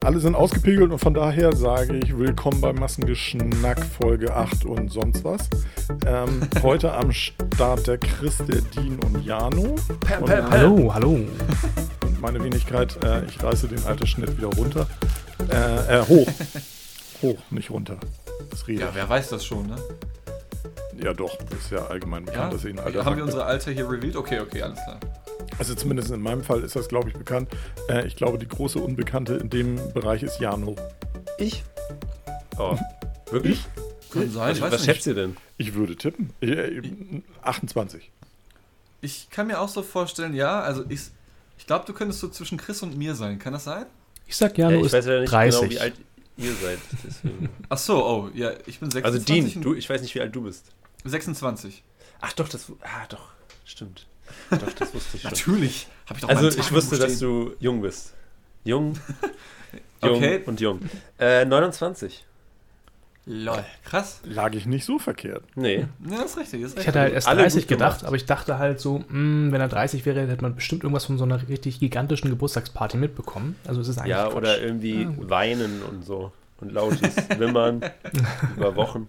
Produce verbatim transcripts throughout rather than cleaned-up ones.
Alle sind ausgepegelt und von daher sage ich willkommen bei Massengeschnack Folge acht und sonst was. Ähm, heute am Start der Chris, der Dean und Jano. Pam, pam, pam. Hallo, hallo. Und meine Wenigkeit, äh, ich reiße den Altersschnitt wieder runter. Äh, äh, hoch. Hoch, nicht runter. Das ja, wer weiß das schon, ne? Ja doch, ist ja allgemein bekannt, ja? dass ich ein Alter Haben wir unsere Alter hier revealed? Okay, okay, alles klar. Also zumindest in meinem Fall ist das, glaube ich, bekannt. Äh, ich glaube, die große Unbekannte in dem Bereich ist Jano. Ich? Oh, wirklich? Kann sein, Was, was schätzt ihr denn? Ich würde tippen. Ich, äh, achtundzwanzig. Ich kann mir auch so vorstellen, ja, also ich, ich glaube, du könntest so zwischen Chris und mir sein. Kann das sein? Ich sag Jano ja, ich ist weiß ja nicht dreißig. Genau, wie alt ihr seid. Deswegen. Ach so, oh, ja, ich bin sechsundzwanzig. Also Dean, du, ich weiß nicht, wie alt du bist. sechsundzwanzig. Ach doch, das, ah doch, stimmt. Doch, das wusste ich schon. Natürlich. Hab ich doch also ich wusste, dass du jung bist. Jung, jung okay. und jung. Äh, neunundzwanzig. Lol, krass. Lag ich nicht so verkehrt. Nee. Ja, das ist richtig. Das ist ich hatte halt erst dreißig gedacht, aber ich dachte halt so, mh, wenn er dreißig wäre, hätte man bestimmt irgendwas von so einer richtig gigantischen Geburtstagsparty mitbekommen. Also es ist eigentlich Ja, Quatsch. Oder irgendwie ja, weinen und so. Und lautes Wimmern über Wochen.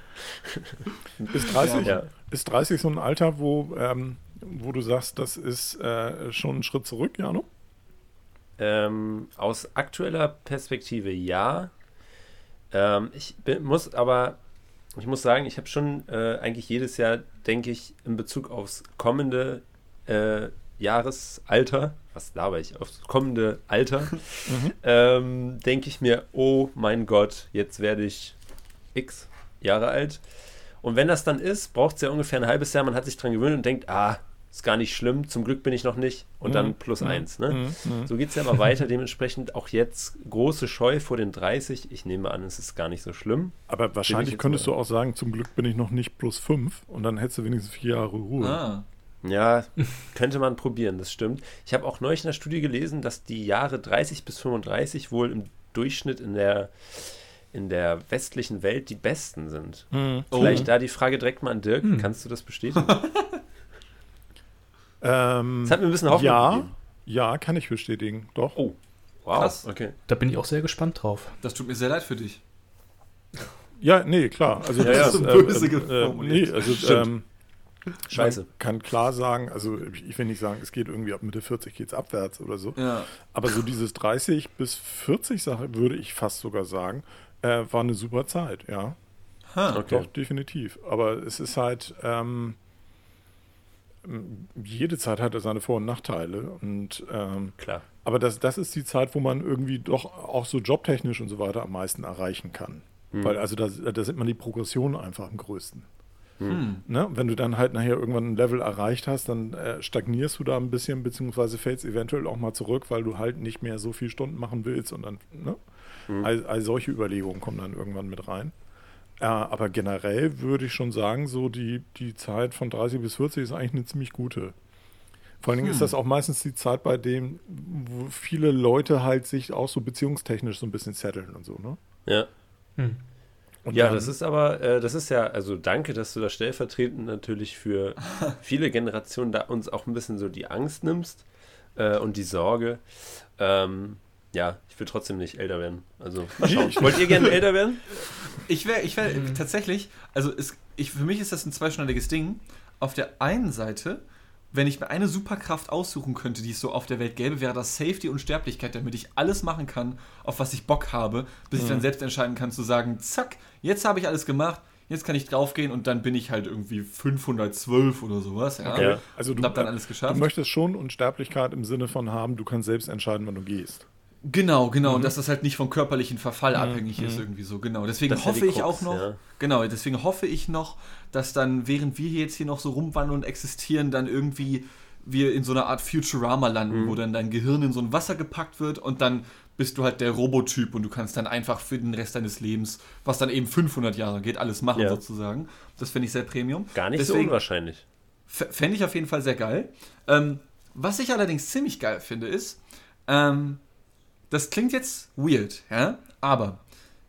Ist dreißig, ja. ist dreißig so ein Alter, wo, ähm, wo du sagst, das ist äh, schon ein Schritt zurück, Jano? Ähm, aus aktueller Perspektive ja. Ähm, ich bin, muss aber, ich muss sagen, ich habe schon äh, eigentlich jedes Jahr, denke ich, in Bezug aufs kommende äh, Jahresalter, was laber ich, aufs kommende Alter, mhm. ähm, denke ich mir, oh mein Gott, jetzt werde ich X Jahre alt. Und wenn das dann ist, braucht es ja ungefähr ein halbes Jahr, man hat sich dran gewöhnt und denkt, ah, ist gar nicht schlimm, zum Glück bin ich noch nicht und mhm. dann plus mhm. eins. Ne? Mhm. So geht es ja immer weiter, dementsprechend auch jetzt große Scheu vor den dreißig. Ich nehme an, es ist gar nicht so schlimm. Aber wahrscheinlich könntest mal. du auch sagen, zum Glück bin ich noch nicht plus fünf und dann hättest du wenigstens vier Jahre Ruhe. Ah. Ja, könnte man probieren, das stimmt. Ich habe auch neulich in der Studie gelesen, dass die Jahre dreißig bis fünfunddreißig wohl im Durchschnitt in der in der westlichen Welt die besten sind. Mhm. Vielleicht oh. da die Frage direkt mal an Dirk. Mhm. Kannst du das bestätigen? ähm, das hat mir ein bisschen Hoffnung ja, gegeben. Ja, kann ich bestätigen. Doch. Oh, wow. Krass. Okay. Da bin ich auch sehr gespannt drauf. Das tut mir sehr leid für dich. Ja, nee, klar. Also ja, das ja. ist äh, äh, äh, nee, also ähm, Scheiße. Man kann klar sagen, also ich will nicht sagen, es geht irgendwie ab Mitte vierzig geht's abwärts oder so. Ja. Aber so dieses dreißig bis vierzig Sache würde ich fast sogar sagen, äh, war eine super Zeit, ja. Huh, okay. Doch, definitiv. Aber es ist halt, ähm, jede Zeit hat seine Vor- und Nachteile. Und, ähm, Klar. Aber das, das ist die Zeit, wo man irgendwie doch auch so jobtechnisch und so weiter am meisten erreichen kann. Hm. Weil also da, da sieht man die Progression einfach am größten. Hm. Ne? Wenn du dann halt nachher irgendwann ein Level erreicht hast, dann äh, stagnierst du da ein bisschen, beziehungsweise fällst eventuell auch mal zurück, weil du halt nicht mehr so viele Stunden machen willst und dann, ne? Hm. All, all solche Überlegungen kommen dann irgendwann mit rein. Äh, aber generell würde ich schon sagen, so die, die Zeit von dreißig bis vierzig ist eigentlich eine ziemlich gute. Vor allen Dingen hm. ist das auch meistens die Zeit, bei dem wo viele Leute halt sich auch so beziehungstechnisch so ein bisschen zetteln und so, ne? Ja. Hm. Und ja, das ist aber, äh, das ist ja, also danke, dass du da stellvertretend natürlich für viele Generationen da uns auch ein bisschen so die Angst nimmst äh, und die Sorge. Ähm, ja, ich will trotzdem nicht älter werden. Also, mal schauen. Wollt ihr gerne älter werden? Ich wäre, ich wäre mhm. tatsächlich, also es, ich, für mich ist das ein zweischneidiges Ding. Auf der einen Seite, wenn ich mir eine Superkraft aussuchen könnte, die es so auf der Welt gäbe, wäre das Safety und Sterblichkeit, damit ich alles machen kann, auf was ich Bock habe, bis ich dann selbst entscheiden kann, zu sagen, zack, jetzt habe ich alles gemacht, jetzt kann ich draufgehen und dann bin ich halt irgendwie fünfhundertzwölf oder sowas. Ja? Okay. Also du, und hab dann alles geschafft. Du möchtest schon Unsterblichkeit im Sinne von haben, du kannst selbst entscheiden, wann du gehst. Genau, genau. Mhm. Und dass das halt nicht vom körperlichen Verfall mhm. abhängig ist, mhm. irgendwie so, genau. Deswegen das hoffe ja ich Krux, auch noch, ja. genau, deswegen hoffe ich noch, dass dann, während wir hier jetzt hier noch so rumwandeln und existieren, dann irgendwie wir in so einer Art Futurama landen, mhm. wo dann dein Gehirn in so ein Wasser gepackt wird und dann bist du halt der Robotyp und du kannst dann einfach für den Rest deines Lebens, was dann eben fünfhundert Jahre geht, alles machen ja. sozusagen. Das finde ich sehr Premium. Gar nicht Deswegen so unwahrscheinlich. f- Fände ich auf jeden Fall sehr geil. Ähm, was ich allerdings ziemlich geil finde, ist, ähm, das klingt jetzt weird, ja, aber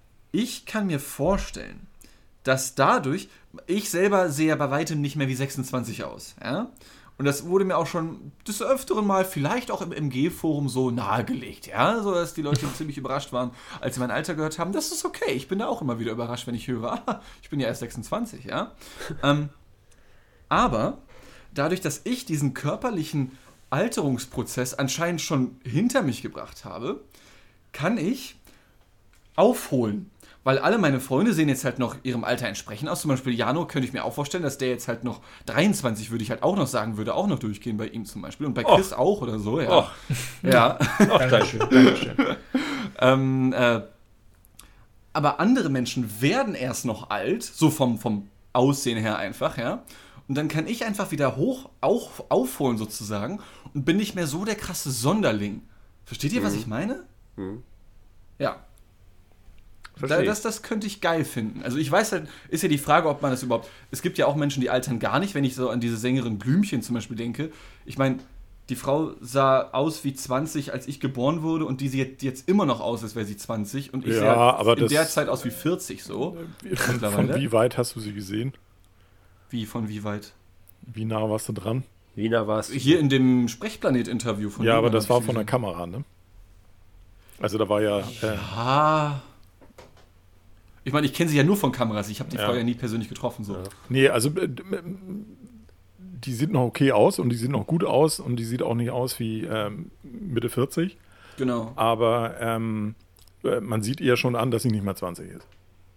ich kann mir vorstellen, dass dadurch, ich selber sehe ja bei weitem nicht mehr wie sechsundzwanzig aus, ja, Und das wurde mir auch schon des Öfteren mal, vielleicht auch im M G-Forum so nahegelegt, ja, so dass die Leute ziemlich überrascht waren, als sie mein Alter gehört haben. Das ist okay, ich bin da auch immer wieder überrascht, wenn ich höre, ah, ich bin ja erst sechsundzwanzig, ja. ähm, aber dadurch, dass ich diesen körperlichen Alterungsprozess anscheinend schon hinter mich gebracht habe, kann ich aufholen. Weil alle meine Freunde sehen jetzt halt noch ihrem Alter entsprechend aus. Zum Beispiel Jano könnte ich mir auch vorstellen, dass der jetzt halt noch dreiundzwanzig, würde ich halt auch noch sagen, würde auch noch durchgehen bei ihm zum Beispiel. Und bei Chris oh. auch oder so, ja. Oh. Ja. Oh, Dankeschön, Dankeschön. ähm, äh, aber andere Menschen werden erst noch alt, so vom, vom Aussehen her einfach, ja. Und dann kann ich einfach wieder hoch auch aufholen sozusagen und bin nicht mehr so der krasse Sonderling. Versteht ihr, mhm. was ich meine? Mhm. Ja. Da, das, das könnte ich geil finden. Also ich weiß halt, ist ja die Frage, ob man das überhaupt... Es gibt ja auch Menschen, die altern gar nicht, wenn ich so an diese Sängerin Blümchen zum Beispiel denke. Ich meine, die Frau sah aus wie zwanzig, als ich geboren wurde und die sieht jetzt immer noch aus, als wäre sie zwanzig und ich ja, sehe aber in das, der Zeit aus wie vierzig so. Von, von wie weit hast du sie gesehen? Wie, von wie weit? Wie nah warst du dran? Wie nah warst du? Hier in dem Sprechplanet-Interview von Ja, aber das war von der Kamera, ne? Also da war ja... Äh, ja... Ich meine, ich kenne sie ja nur von Kameras. Ich habe die ja. Frau ja nie persönlich getroffen. So. Ja. Nee, also äh, die sieht noch okay aus und die sieht noch gut aus und die sieht auch nicht aus wie ähm, Mitte vierzig. Genau. Aber ähm, man sieht ihr schon an, dass sie nicht mehr zwanzig ist.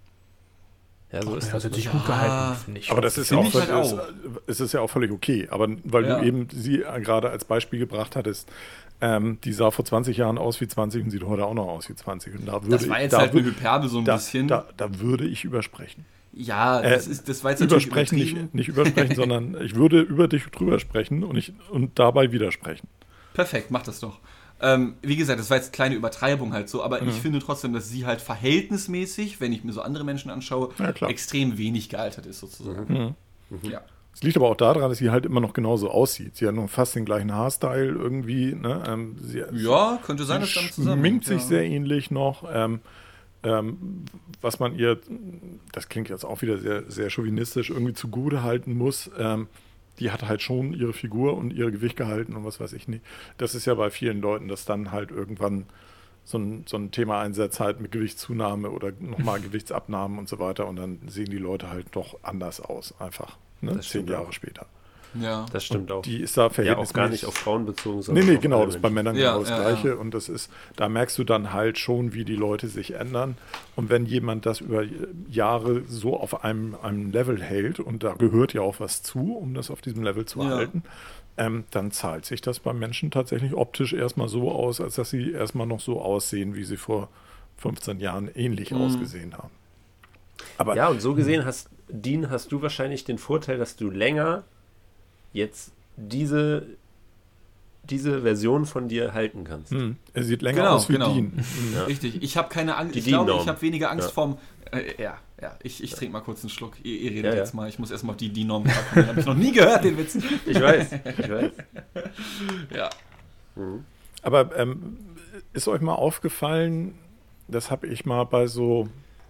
Ja, so Ach, ist ja, das. hat sich ja. gut gehalten, finde ich. Aber das ist ja auch, halt auch. Es ist ja auch völlig okay. Aber weil ja. du eben sie gerade als Beispiel gebracht hattest, Ähm, die sah vor zwanzig Jahren aus wie zwanzig und sieht heute auch noch aus wie zwanzig. Und da würde das war jetzt ich, halt da, eine Hyperbel so ein da, bisschen. Da, da würde ich übersprechen. Ja, das, äh, ist, das war jetzt übersprechen, nicht, nicht übersprechen, sondern ich würde über dich drüber sprechen und, ich, und dabei widersprechen. Perfekt, mach das doch. Ähm, wie gesagt, das war jetzt eine kleine Übertreibung halt so, aber mhm. ich finde trotzdem, dass sie halt verhältnismäßig, wenn ich mir so andere Menschen anschaue, ja, extrem wenig gealtert ist sozusagen. Mhm. Mhm. Ja. Es liegt aber auch daran, dass sie halt immer noch genauso aussieht. Sie hat nur fast den gleichen Haarstyle irgendwie. Ne? Ähm, sie, ja, könnte sein, dass damit zusammen. Schminkt sich ja. sehr ähnlich noch. Ähm, ähm, was man ihr, das klingt jetzt auch wieder sehr, sehr chauvinistisch, irgendwie zugute halten muss. Ähm, die hat halt schon ihre Figur und ihr Gewicht gehalten und was weiß ich nicht. Das ist ja bei vielen Leuten, dass dann halt irgendwann so ein, so ein Thema einsetzt, halt mit Gewichtszunahme oder nochmal Gewichtsabnahmen und so weiter. Und dann sehen die Leute halt doch anders aus, einfach. Ne? Zehn Jahre auch. später. Ja. Das stimmt und auch. Die ist da ja, auch gar nicht auf Frauen bezogen, sondern nee, nee, genau, das ist bei Männern ja, genau das ja, Gleiche. Ja. Und das ist, da merkst du dann halt schon, wie die Leute sich ändern. Und wenn jemand das über Jahre so auf einem, einem Level hält, und da gehört ja auch was zu, um das auf diesem Level zu ja. halten, ähm, dann zahlt sich das beim Menschen tatsächlich optisch erstmal so aus, als dass sie erstmal noch so aussehen, wie sie vor fünfzehn Jahren ähnlich mhm. ausgesehen haben. Aber, ja, und so gesehen hast, Dean, hast du wahrscheinlich den Vorteil, dass du länger jetzt diese, diese Version von dir halten kannst. Hm. Er sieht länger genau, aus wie genau. Dean. Ja. Richtig. Ich habe keine Angst. Die ich glaube, Dean-Norm. ich habe weniger Angst ja. vorm... Äh, ja, ja. Ich, ich trinke mal kurz einen Schluck. Ihr, ihr redet ja, ja. jetzt mal. Ich muss erstmal auf die Dean-Norm kommen. Den habe ich noch nie gehört, den Witz. Ich weiß. Ich weiß. Ja. Mhm. Aber ähm, ist euch mal aufgefallen, das habe ich mal bei so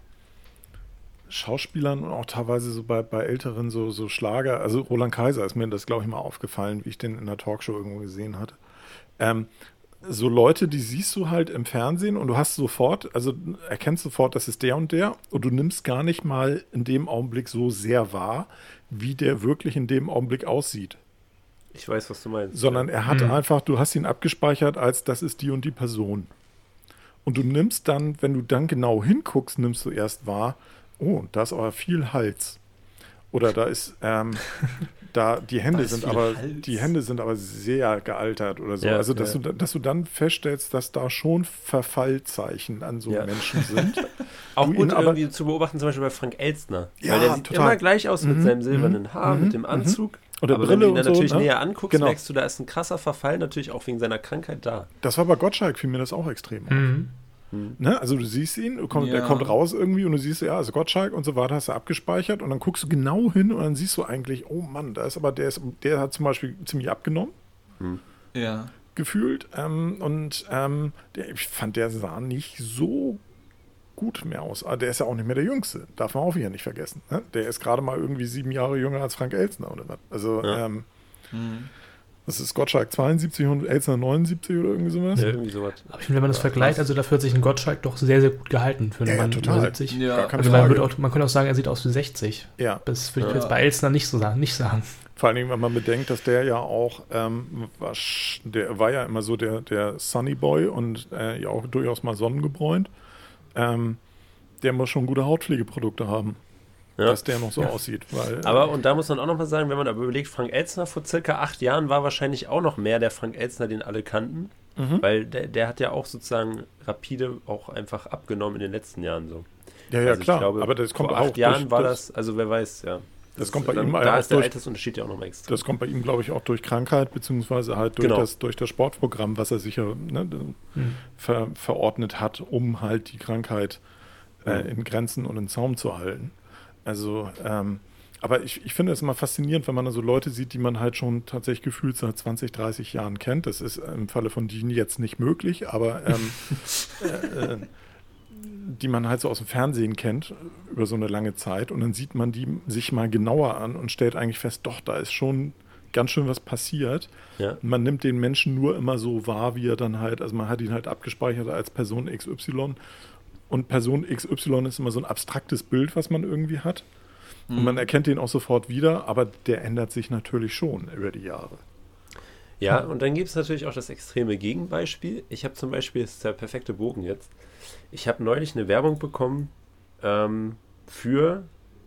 Schauspielern und auch teilweise so bei, bei älteren so, so Schlager, also Roland Kaiser ist mir das, glaube ich, mal aufgefallen, wie ich den in der Talkshow irgendwo gesehen hatte. Ähm, so Leute, die siehst du halt im Fernsehen und du hast sofort, also erkennst sofort, das ist der und der und du nimmst gar nicht mal in dem Augenblick so sehr wahr, wie der wirklich in dem Augenblick aussieht. Ich weiß, was du meinst. Sondern er hat Mhm. einfach, du hast ihn abgespeichert als, das ist die und die Person. Und du nimmst dann, wenn du dann genau hinguckst, nimmst du erst wahr, oh, da ist aber viel Hals. Oder da ist, ähm, da die Hände Da ist sind viel aber, Hals. die Hände sind aber sehr gealtert oder so. Ja, also, dass, ja. du, dass du dann feststellst, dass da schon Verfallzeichen an so Ja. Menschen sind. Auch Du gut ihn aber- irgendwie zu beobachten, zum Beispiel bei Frank Elstner. Ja, weil der sieht total. immer gleich aus mit Mhm, seinem silbernen Haar, mhm, mit dem mhm. Anzug. Oder aber Brille wenn du ihn und dann so, natürlich ne? näher anguckst, Genau. merkst du, da ist ein krasser Verfall, natürlich auch wegen seiner Krankheit da. Das war bei Gottschalk, fiel mir das auch extrem auf. Mhm. Ne? Also du siehst ihn, du komm, Ja. der kommt raus irgendwie und du siehst, ja, also Gottschalk und so weiter, hast du abgespeichert und dann guckst du genau hin und dann siehst du eigentlich, oh Mann, da ist aber der ist, der hat zum Beispiel ziemlich abgenommen, Ja. gefühlt. Ähm, und ähm, der, ich fand, der sah nicht so gut mehr aus. Aber der ist ja auch nicht mehr der Jüngste, darf man auch wieder nicht vergessen. Ne? Der ist gerade mal irgendwie sieben Jahre jünger als Frank Elstner oder was. Also Ja. ähm, Mhm. Das ist Gottschalk zweiundsiebzig und Elstner neunundsiebzig oder irgendwie sowas. Ja, irgendwie sowas. Aber ich finde, wenn man das ja, vergleicht, also dafür hat sich ein Gottschalk doch sehr, sehr gut gehalten für einen ja, Mann total. über siebzig. Ja, Gar keine also man, Frage. würde auch, man könnte auch sagen, er sieht aus wie sechzig. Ja. Das würde ich Ja. jetzt bei Elstner nicht so sagen. Nicht sagen. Vor allen Dingen, wenn man bedenkt, dass der ja auch, ähm, war, der war ja immer so der, der Sunny Boy und äh, ja auch durchaus mal sonnengebräunt. Ähm, der muss schon gute Hautpflegeprodukte haben, Ja. dass der noch so aussieht. Weil, Aber, und da muss man auch nochmal sagen, wenn man aber überlegt, Frank Elstner vor circa acht Jahren war wahrscheinlich auch noch mehr der Frank Elstner, den alle kannten. Mhm. Weil der, der hat ja auch sozusagen rapide auch einfach abgenommen in den letzten Jahren so. ja, ja, Also klar. Ich glaube, aber das kommt vor auch acht Jahren durch, war das, das, also wer weiß, ja. Das kommt bei dann, ihm Da auch ist der durch- Altersunterschied ja auch nochmal extrem. das kommt bei ihm, glaube ich, auch durch Krankheit, beziehungsweise halt durch, Genau. das, durch das Sportprogramm, was er sich ja ne, Hm. ver, verordnet hat, um halt die Krankheit äh, Mhm. in Grenzen und in Zaum zu halten. Also, ähm, aber ich, ich finde es immer faszinierend, wenn man da so Leute sieht, die man halt schon tatsächlich gefühlt seit zwanzig, dreißig Jahren kennt. Das ist im Falle von Dean jetzt nicht möglich, aber ähm, äh, äh, die man halt so aus dem Fernsehen kennt über so eine lange Zeit und dann sieht man die sich mal genauer an und stellt eigentlich fest, doch, da ist schon ganz schön was passiert. Ja. Man nimmt den Menschen nur immer so wahr, wie er dann halt, also man hat ihn halt abgespeichert als Person X Y und Person X Y ist immer so ein abstraktes Bild, was man irgendwie hat und man erkennt den auch sofort wieder, aber der ändert sich natürlich schon über die Jahre. Ja, und dann gibt es natürlich auch das extreme Gegenbeispiel. Ich habe zum Beispiel, das ist der perfekte Bogen jetzt, ich habe neulich eine Werbung bekommen ähm, für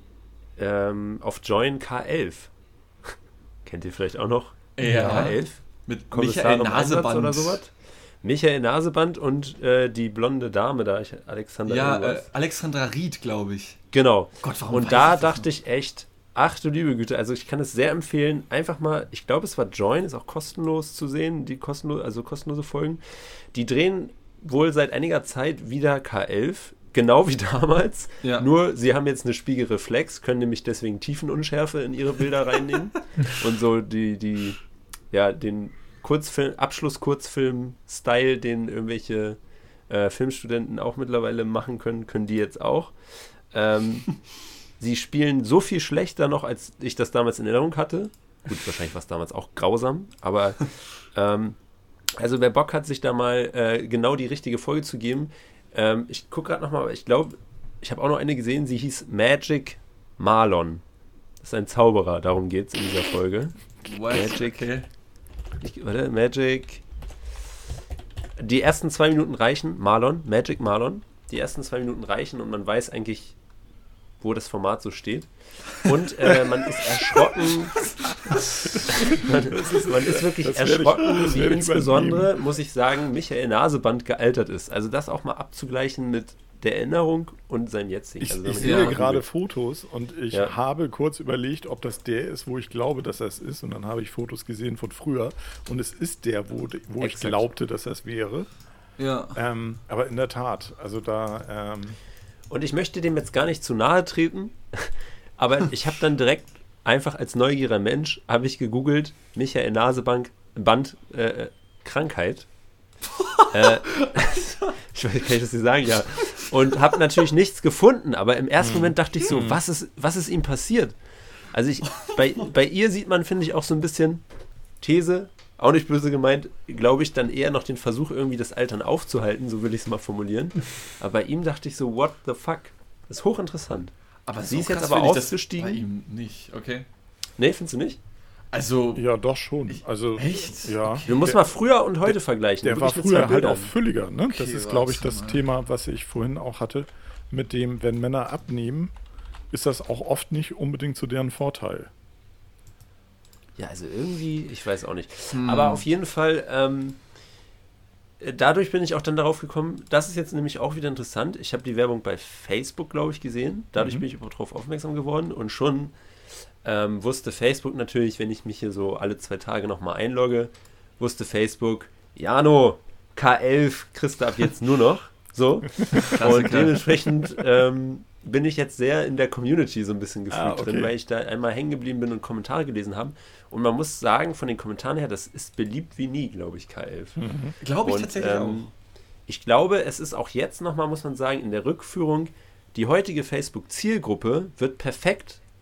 ähm, auf Join K elf. Kennt ihr vielleicht auch noch? Ja. K elf? Mit Kommissar Michael im Einsatz Naseband. oder sowas? Michael Naseband und äh, die blonde Dame da, ich, Alexander Ja, äh, irgendwas. Alexandra Ried, glaube ich. Genau. Gott, warum Und weiß da ich das dachte ich echt, ach du liebe Güte, also ich kann es sehr empfehlen, einfach mal, ich glaube es war Join, ist auch kostenlos zu sehen, die kostenlos, also kostenlose Folgen. Die drehen wohl seit einiger Zeit wieder K elf, genau wie damals, Ja. nur sie haben jetzt eine Spiegelreflex, können nämlich deswegen Tiefenunschärfe in ihre Bilder reinnehmen und so die, die, ja, den Kurzfilm, Abschluss-Kurzfilm-Style, den irgendwelche äh, Filmstudenten auch mittlerweile machen können, können die jetzt auch. Ähm, sie spielen so viel schlechter noch, als ich das damals in Erinnerung hatte. Gut, wahrscheinlich war es damals auch grausam, aber ähm, also wer Bock hat, sich da mal äh, genau die richtige Folge zu geben, ähm, ich gucke gerade nochmal, aber ich glaube, ich habe auch noch eine gesehen, sie hieß Magic Marlon. Das ist ein Zauberer, darum geht es in dieser Folge. What? Magic. Okay. Ich, warte, Magic. Die ersten zwei Minuten reichen, Marlon, Magic Marlon. Die ersten zwei Minuten reichen und man weiß eigentlich, wo das Format so steht. Und äh, man ist erschrocken. man, ist, man ist wirklich Das werde ich- erschrocken, das wie werde ich insbesondere, muss ich sagen, Michael Naseband gealtert ist. Also das auch mal abzugleichen mit der Erinnerung und seinem jetzigen. Ich, Also wenn ich man sehe die ja. gerade Fotos und ich Ja. habe kurz überlegt, ob das der ist, wo ich glaube, dass das ist. Und dann habe ich Fotos gesehen von früher. Und es ist der, wo, wo ich Exakt. glaubte, dass das wäre. Ja. Ähm, aber in der Tat, also da, ähm, Und ich möchte dem jetzt gar nicht zu nahe treten, aber ich habe dann direkt einfach als neugieriger Mensch, habe ich gegoogelt, Michael Naseband, Band, äh, Krankheit. äh, ich weiß, kann ich das nicht sagen, ja. Und habe natürlich nichts gefunden, aber im ersten Moment dachte ich so, was ist, was ist ihm passiert? Also ich, bei, bei ihr sieht man, finde ich, auch so ein bisschen These, auch nicht böse gemeint, glaube ich, dann eher noch den Versuch, irgendwie das Altern aufzuhalten, so will ich es mal formulieren. Aber bei ihm dachte ich so, what the fuck? Das ist hochinteressant. Aber Sie so ist jetzt krass aber finde ich das aufgestiegen. Bei ihm nicht, okay. Nee, findest du nicht? Also, ja, doch schon. Also, echt? Ja. Du musst der, mal früher und heute vergleichen. Der war Wirklich mit zwei früher halt Bildern. auch fülliger. Ne? Das Okay, ist, glaube ich, warte das mal. Thema, was ich vorhin auch hatte, mit dem, wenn Männer abnehmen, ist das auch oft nicht unbedingt zu deren Vorteil. Ja, also irgendwie, ich weiß auch nicht. Hm. Aber auf jeden Fall, ähm, dadurch bin ich auch dann darauf gekommen, das ist jetzt nämlich auch wieder interessant. Ich habe die Werbung bei Facebook, glaube ich, gesehen. Dadurch Mhm. bin ich auch darauf aufmerksam geworden und schon ähm, wusste Facebook natürlich, wenn ich mich hier so alle zwei Tage nochmal einlogge, wusste Facebook, Jano, K elf kriegst du ab jetzt nur noch. So. Und dementsprechend ähm, bin ich jetzt sehr in der Community so ein bisschen gefühlt Ah, okay. drin, weil ich da einmal hängen geblieben bin und Kommentare gelesen habe. Und man muss sagen, von den Kommentaren her, das ist beliebt wie nie, glaube ich, K elf. glaube ich Und, tatsächlich ähm, ich glaube, es ist auch jetzt nochmal, muss man sagen, in der Rückführung, die heutige Facebook-Zielgruppe wird perfekt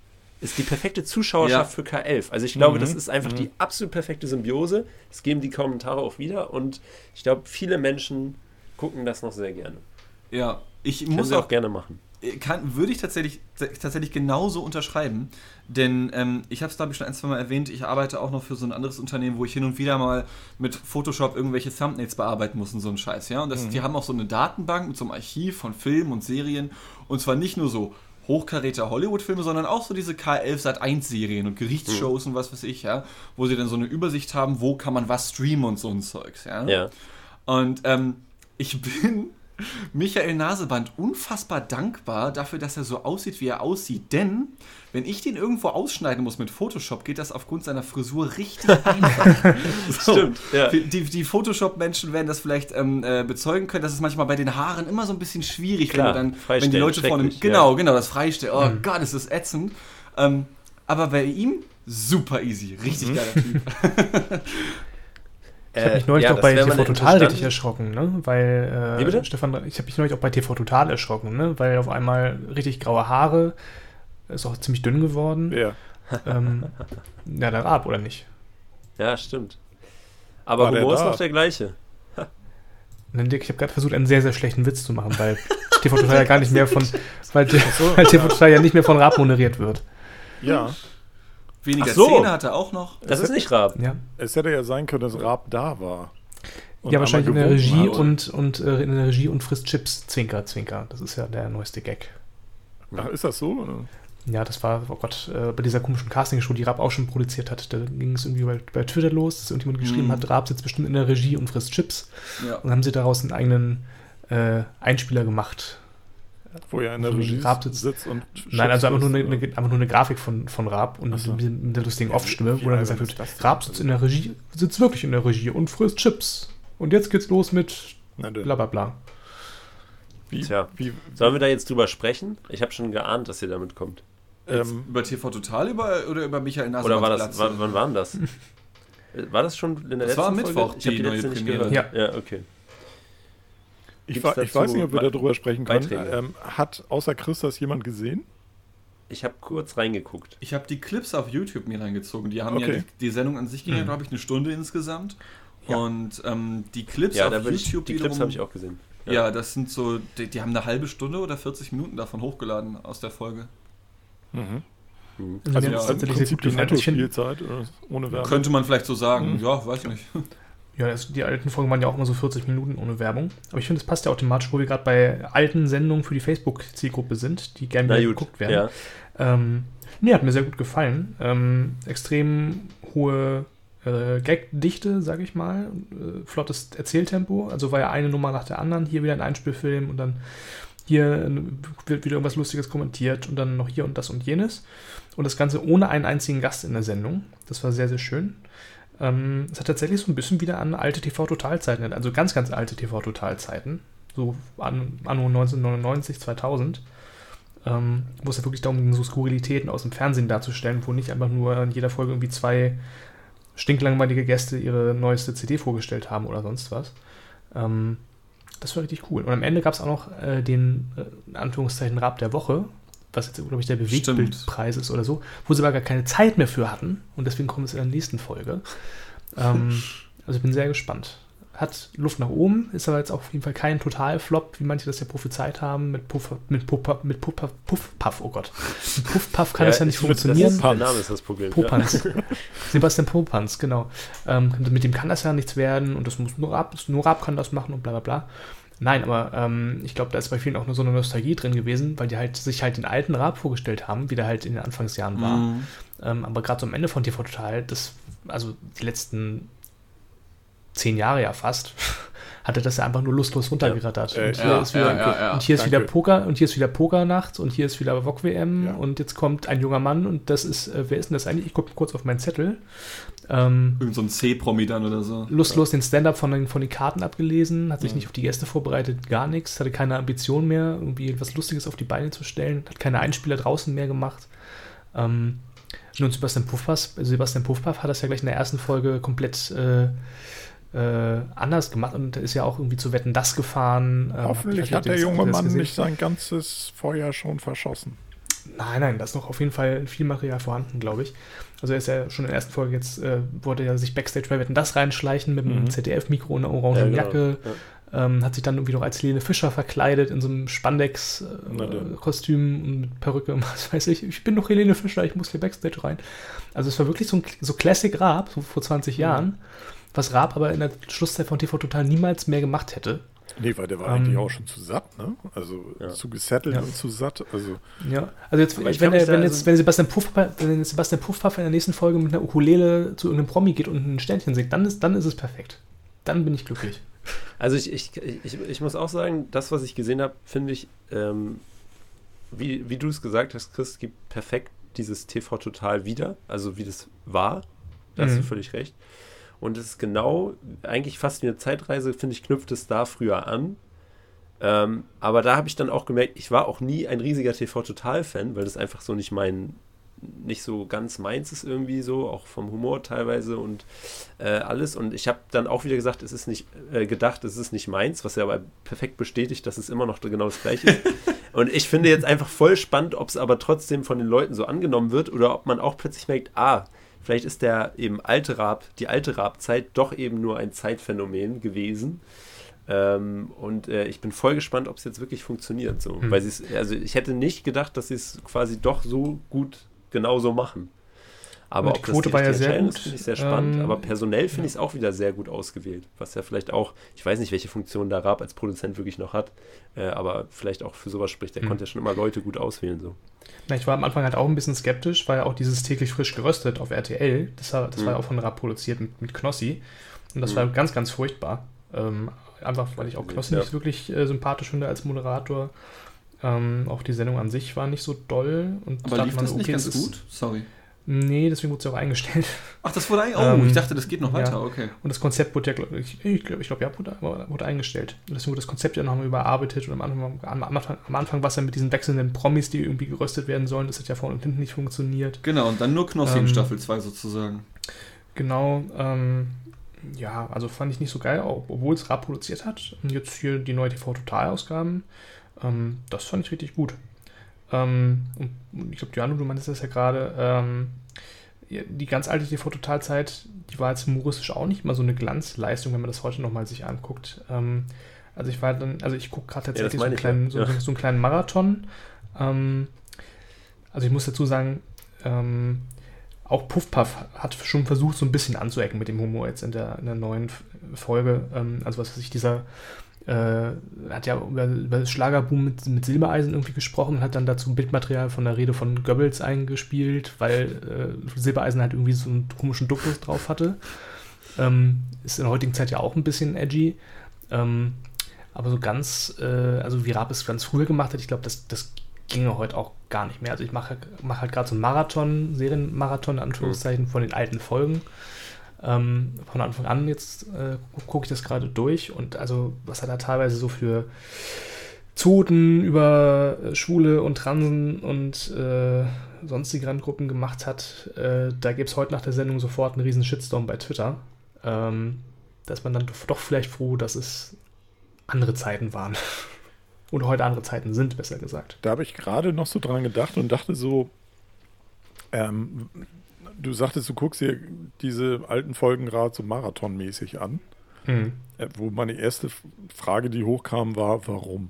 ist die perfekte Zuschauerschaft ja. für K elf. Also ich glaube, mhm. das ist einfach mhm. die absolut perfekte Symbiose. Das geben die Kommentare auch wieder und ich glaube, viele Menschen gucken das noch sehr gerne. Ja, ich Können muss sie auch, auch gerne machen. Kann, würde ich tatsächlich, tatsächlich genauso unterschreiben, denn ähm, ich habe es, glaube ich, schon ein, zwei Mal erwähnt, ich arbeite auch noch für so ein anderes Unternehmen, wo ich hin und wieder mal mit Photoshop irgendwelche Thumbnails bearbeiten muss und so ein Scheiß, ja, und das, mhm. die haben auch so eine Datenbank mit so einem Archiv von Filmen und Serien und zwar nicht nur so hochkaräter Hollywood-Filme, sondern auch so diese K elf Sat eins Serien und Gerichtsshows mhm. und was weiß ich, ja, wo sie dann so eine Übersicht haben, wo kann man was streamen und so ein Zeugs, ja. ja. Und ähm, ich bin Michael Naseband unfassbar dankbar dafür, dass er so aussieht, wie er aussieht, denn wenn ich den irgendwo ausschneiden muss mit Photoshop, geht das aufgrund seiner Frisur richtig einfach. So, stimmt, ja. Die, die Photoshop-Menschen werden das vielleicht ähm, äh, bezeugen können, dass es manchmal bei den Haaren immer so ein bisschen schwierig, Klar, wenn, du dann, wenn die Leute vorne... Genau, ja. genau, das Freistellen. Oh mhm. Gott, ist das ätzend. Ähm, aber bei ihm super easy, richtig mhm. geiler Typ. Ich habe mich neulich ja, auch bei T V Total richtig erschrocken, ne? Weil, äh, Wie bitte? Stefan, ich habe mich neulich auch bei T V Total erschrocken, ne? Weil auf einmal richtig graue Haare, ist auch ziemlich dünn geworden. Ja. Ähm, ja, der Raab, oder nicht? Ja, stimmt. Aber War Humor ist noch der gleiche. Ich habe gerade versucht, einen sehr, sehr schlechten Witz zu machen, weil T V Total ja gar nicht mehr von, weil, so, weil T V Total ja nicht mehr von Raab moderiert wird. Ja. Weniger so. Szene hat er auch noch. Das es ist nicht Raab. Ja. Es hätte ja sein können, dass Raab da war. Ja, wahrscheinlich in der Regie und, und äh, in der Regie und frisst Chips, Zwinker, Zwinker. Das ist ja der neueste Gag. Ach, ist das so? Oder? Ja, das war, oh Gott, äh, bei dieser komischen Castingshow, die Raab auch schon produziert hat. Da ging es irgendwie bei, bei Twitter los, dass irgendjemand geschrieben mm. hat, Raab sitzt bestimmt in der Regie und frisst Chips. Ja. Und dann haben sie daraus einen eigenen äh, Einspieler gemacht. Wo er in der Regie Raab sitzt, sitzt und Nein, also einfach nur, eine, eine, einfach nur eine Grafik von, von Raab und so. mit, mit der lustigen Off-Stimme, wo dann gesagt wird, Raab sitzt in der Regie, sitzt wirklich in der Regie und frisst Chips. Und jetzt geht's los mit bla bla bla. Wie, Tja, wie, sollen wir da jetzt drüber sprechen? Ich habe schon geahnt, dass ihr damit kommt. Ähm, über T V Total über, oder über Michael Naseband? Oder war das, war, wann war denn das? War das schon in der das letzten Folge? Das war Mittwoch, ich habe die letzte nicht gehört. Ja, ja okay. Ich, war, ich weiß nicht, ob wir darüber sprechen können. Ähm, hat außer Chris das jemand gesehen? Ich habe kurz reingeguckt. Ich habe die Clips auf YouTube mir reingezogen. Die haben okay. ja die, die Sendung an sich ging ja, glaube ich, eine Stunde insgesamt. Ja. Und ähm, die Clips ja, auf YouTube ich, die Clips habe ich auch gesehen. Ja, ja das sind so, die, die haben eine halbe Stunde oder vierzig Minuten davon hochgeladen aus der Folge. Mhm. Mhm. Also ja, im Prinzip die Netto-Spielzeit ohne Werbung. Könnte man vielleicht so sagen. Mhm. Ja, weiß ich nicht. Ja, das, die alten Folgen waren ja auch immer so vierzig Minuten ohne Werbung. Aber ich finde, das passt ja automatisch, wo wir gerade bei alten Sendungen für die Facebook-Zielgruppe sind, die gerne geguckt werden. Ja. Ähm, nee, hat mir sehr gut gefallen. Ähm, extrem hohe äh, Gag-Dichte, sag ich mal. Äh, flottes Erzähltempo. Also war ja eine Nummer nach der anderen. Hier wieder ein Einspielfilm und dann hier wird wieder irgendwas Lustiges kommentiert und dann noch hier und das und jenes. Und das Ganze ohne einen einzigen Gast in der Sendung. Das war sehr, sehr schön. Ähm, es hat tatsächlich so ein bisschen wieder an alte T V-Total-Zeiten, also ganz, ganz alte T V-Total-Zeiten, so an, anno neunzehnhundertneunundneunzig, zweitausend, ähm, wo es ja wirklich darum ging, so Skurrilitäten aus dem Fernsehen darzustellen, wo nicht einfach nur in jeder Folge irgendwie zwei stinklangweilige Gäste ihre neueste C D vorgestellt haben oder sonst was. Ähm, das war richtig cool. Und am Ende gab es auch noch äh, den, äh, in Anführungszeichen, Raab der Woche, was jetzt, glaube ich, der Bewegtbildpreis ist oder so, wo sie aber gar keine Zeit mehr für hatten und deswegen kommt es in der nächsten Folge. ähm, also ich bin sehr gespannt. Hat Luft nach oben, ist aber jetzt auf jeden Fall kein Totalflop, wie manche das ja prophezeit haben, mit Puff, mit Puff, mit Puff, Puff, Puff, oh Gott. Mit Puff, Puff kann ja, das ja nicht funktionieren. Der Name ist das Problem. Popanz. Ja. Sebastian Popanz, genau. Ähm, mit dem kann das ja nichts werden und das muss nur Raab, nur Raab kann das machen und bla bla bla. Nein, aber ähm, ich glaube, da ist bei vielen auch nur so eine Nostalgie drin gewesen, weil die halt sich halt den alten Raab vorgestellt haben, wie der halt in den Anfangsjahren war. Mhm. Ähm, aber gerade so am Ende von T V Total, das, also die letzten zehn Jahre ja fast, hatte das ja einfach nur lustlos runtergerattert. Ja, und, äh, hier ja, ist wieder, ja, ja, und hier ist danke. wieder Poker und hier ist wieder Pokernacht und hier ist wieder V O G W M ja. und jetzt kommt ein junger Mann und das ist, äh, wer ist denn das eigentlich? Ich gucke kurz auf meinen Zettel. Ähm, Irgend so ein C-Promi dann oder so. Lustlos den Stand-Up von den, von den Karten abgelesen, hat sich ja. nicht auf die Gäste vorbereitet, gar nichts, hatte keine Ambition mehr, irgendwie etwas Lustiges auf die Beine zu stellen, hat keine Einspieler draußen mehr gemacht. Ähm, nun Sebastian Puffpaff, Sebastian Puffpaff hat das ja gleich in der ersten Folge komplett äh, äh, anders gemacht und ist ja auch irgendwie zu Wetten, dass gefahren. Ähm, Hoffentlich hat der junge Mann gesehen. nicht sein ganzes Feuer schon verschossen. Nein, nein, da ist noch auf jeden Fall viel Material vorhanden, glaube ich. Also er ist ja schon in der ersten Folge jetzt, äh, wollte er sich Backstage bei Wetten das reinschleichen mit einem mhm. Z D F-Mikro und einer orangen ja, genau. Jacke. Ja. Ähm, hat sich dann irgendwie noch als Helene Fischer verkleidet in so einem Spandex-Kostüm äh, und mit Perücke und was weiß ich. Ich bin doch Helene Fischer, ich muss hier Backstage rein. Also es war wirklich so ein so Classic Raab, so vor zwanzig mhm. Jahren, was Raab aber in der Schlusszeit von T V Total niemals mehr gemacht hätte. Nee, weil der war ähm, eigentlich auch schon zu satt, ne? Also ja. zu gesettelt ja. und zu satt. Also, ja, also jetzt, wenn, er, wenn, jetzt, also wenn Sebastian Puffpaff, wenn Sebastian Puffpaff in der nächsten Folge mit einer Ukulele zu irgendeinem Promi geht und ein Sternchen singt, dann ist, dann ist es perfekt. Dann bin ich glücklich. Also ich, ich, ich, ich muss auch sagen, das, was ich gesehen habe, finde ich, ähm, wie, wie du es gesagt hast, Chris, gibt perfekt dieses T V Total wieder, also wie das war. Da mhm. hast du völlig recht. Und es ist genau, eigentlich fast wie eine Zeitreise, finde ich, knüpft es da früher an. Ähm, aber da habe ich dann auch gemerkt, ich war auch nie ein riesiger T V-Total-Fan, weil das einfach so nicht mein, nicht so ganz meins ist irgendwie so, auch vom Humor teilweise und äh, alles. Und ich habe dann auch wieder gesagt, es ist nicht äh, gedacht, es ist nicht meins, was ja aber perfekt bestätigt, dass es immer noch genau das Gleiche ist. Und ich finde jetzt einfach voll spannend, ob es aber trotzdem von den Leuten so angenommen wird oder ob man auch plötzlich merkt, ah, vielleicht ist der eben alte Raab, die alte Raab-Zeit doch eben nur ein Zeitphänomen gewesen. Ähm, und äh, ich bin voll gespannt, ob es jetzt wirklich funktioniert. So. Hm. Weil sie's, also ich hätte nicht gedacht, dass sie es quasi doch so gut genauso machen. Aber und die Quote das war ja sehr gut. Finde ich sehr spannend. Ähm, aber personell finde ja. ich es auch wieder sehr gut ausgewählt. Was ja vielleicht auch, ich weiß nicht, welche Funktion da Raab als Produzent wirklich noch hat, äh, aber vielleicht auch für sowas spricht. Der hm. konnte ja schon immer Leute gut auswählen. So. Na, ich war am Anfang halt auch ein bisschen skeptisch, weil ja auch dieses täglich frisch geröstet auf R T L, das war, das hm. war ja auch von Raab produziert mit, mit Knossi. Und das hm. war ganz, ganz furchtbar. Ähm, einfach, weil ich auch Knossi ja. nicht wirklich äh, sympathisch finde als Moderator. Ähm, auch die Sendung an sich war nicht so doll. Und aber lief man, das okay, nicht ganz das gut? Sorry. Nee, deswegen wurde sie auch eingestellt. Ach, das wurde eingestellt? Oh, ähm, ich dachte, das geht noch weiter, ja. okay. Und das Konzept wurde ja, glaub ich, ich glaube, ich glaub, ja, wurde, wurde eingestellt. Und deswegen wurde das Konzept ja nochmal überarbeitet. Und am Anfang, am, Anfang, am Anfang war es ja mit diesen wechselnden Promis, die irgendwie geröstet werden sollen. Das hat ja vorne und hinten nicht funktioniert. Genau, und dann nur Knossi ähm, in Staffel zwei sozusagen. Genau, ähm, ja, also fand ich nicht so geil, auch, obwohl es Raab produziert hat. Und jetzt hier die neue T V-Total-Ausgaben, ähm, das fand ich richtig gut. Ähm, und ich glaube, Janu, du meintest das ja gerade, ähm, die ganz alte T V-Total-Zeit, die war jetzt humoristisch auch nicht mal so eine Glanzleistung, wenn man das heute nochmal sich anguckt. Ähm, also ich war dann, also ich gucke gerade tatsächlich ja, so, einen kleinen, so, ja. so einen kleinen Marathon. Ähm, also ich muss dazu sagen, ähm, auch Puffpaff hat schon versucht, so ein bisschen anzuecken mit dem Humor jetzt in der, in der neuen Folge. Ähm, also was weiß ich, dieser Äh, hat ja über, über das Schlagerboom mit, mit Silbereisen irgendwie gesprochen und hat dann dazu Bildmaterial von der Rede von Goebbels eingespielt, weil äh, Silbereisen halt irgendwie so einen komischen Duktus drauf hatte. Ähm, ist in der heutigen Zeit ja auch ein bisschen edgy. Ähm, aber so ganz, äh, also wie Raab es ganz früher gemacht hat, ich glaube, das, das ginge heute auch gar nicht mehr. Also ich mache mach halt gerade so einen Marathon, Serienmarathon, in Anführungszeichen, von den alten Folgen. Ähm, von Anfang an jetzt äh, gucke ich das gerade durch und also was er da teilweise so für Zoten über äh, Schwule und Transen und äh, sonstige Randgruppen gemacht hat, äh, da gibt es heute nach der Sendung sofort einen riesen Shitstorm bei Twitter. Ähm, da ist man dann doch vielleicht froh, dass es andere Zeiten waren. Oder heute andere Zeiten sind, besser gesagt. Da habe ich gerade noch so dran gedacht und dachte so, ähm, du sagtest, du guckst dir diese alten Folgen gerade so marathonmäßig an. Mhm. Wo meine erste Frage, die hochkam, war, warum?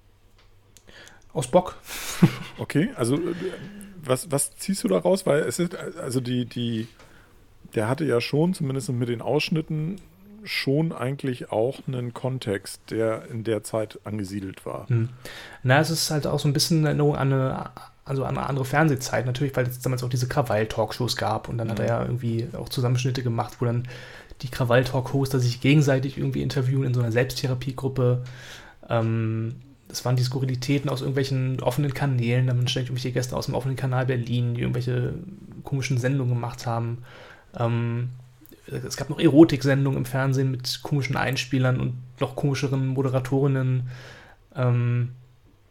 Aus Bock. Okay, also was, was ziehst du da raus? Weil es ist, also die, die, der hatte ja schon, zumindest mit den Ausschnitten, schon eigentlich auch einen Kontext, der in der Zeit angesiedelt war. Mhm. Na, es ist halt auch so ein bisschen eine Erinnerung an eine Also an eine andere Fernsehzeit natürlich, weil es damals auch diese Krawall-Talkshows gab und dann mhm. hat er ja irgendwie auch Zusammenschnitte gemacht, wo dann die Krawall-Talk-Hoster sich gegenseitig irgendwie interviewen in so einer Selbsttherapiegruppe. Ähm, das waren die Skurrilitäten aus irgendwelchen offenen Kanälen, dann ständig irgendwelche Gäste aus dem offenen Kanal Berlin, die irgendwelche komischen Sendungen gemacht haben. Ähm, es gab noch Erotik-Sendungen im Fernsehen mit komischen Einspielern und noch komischeren Moderatorinnen. Ähm,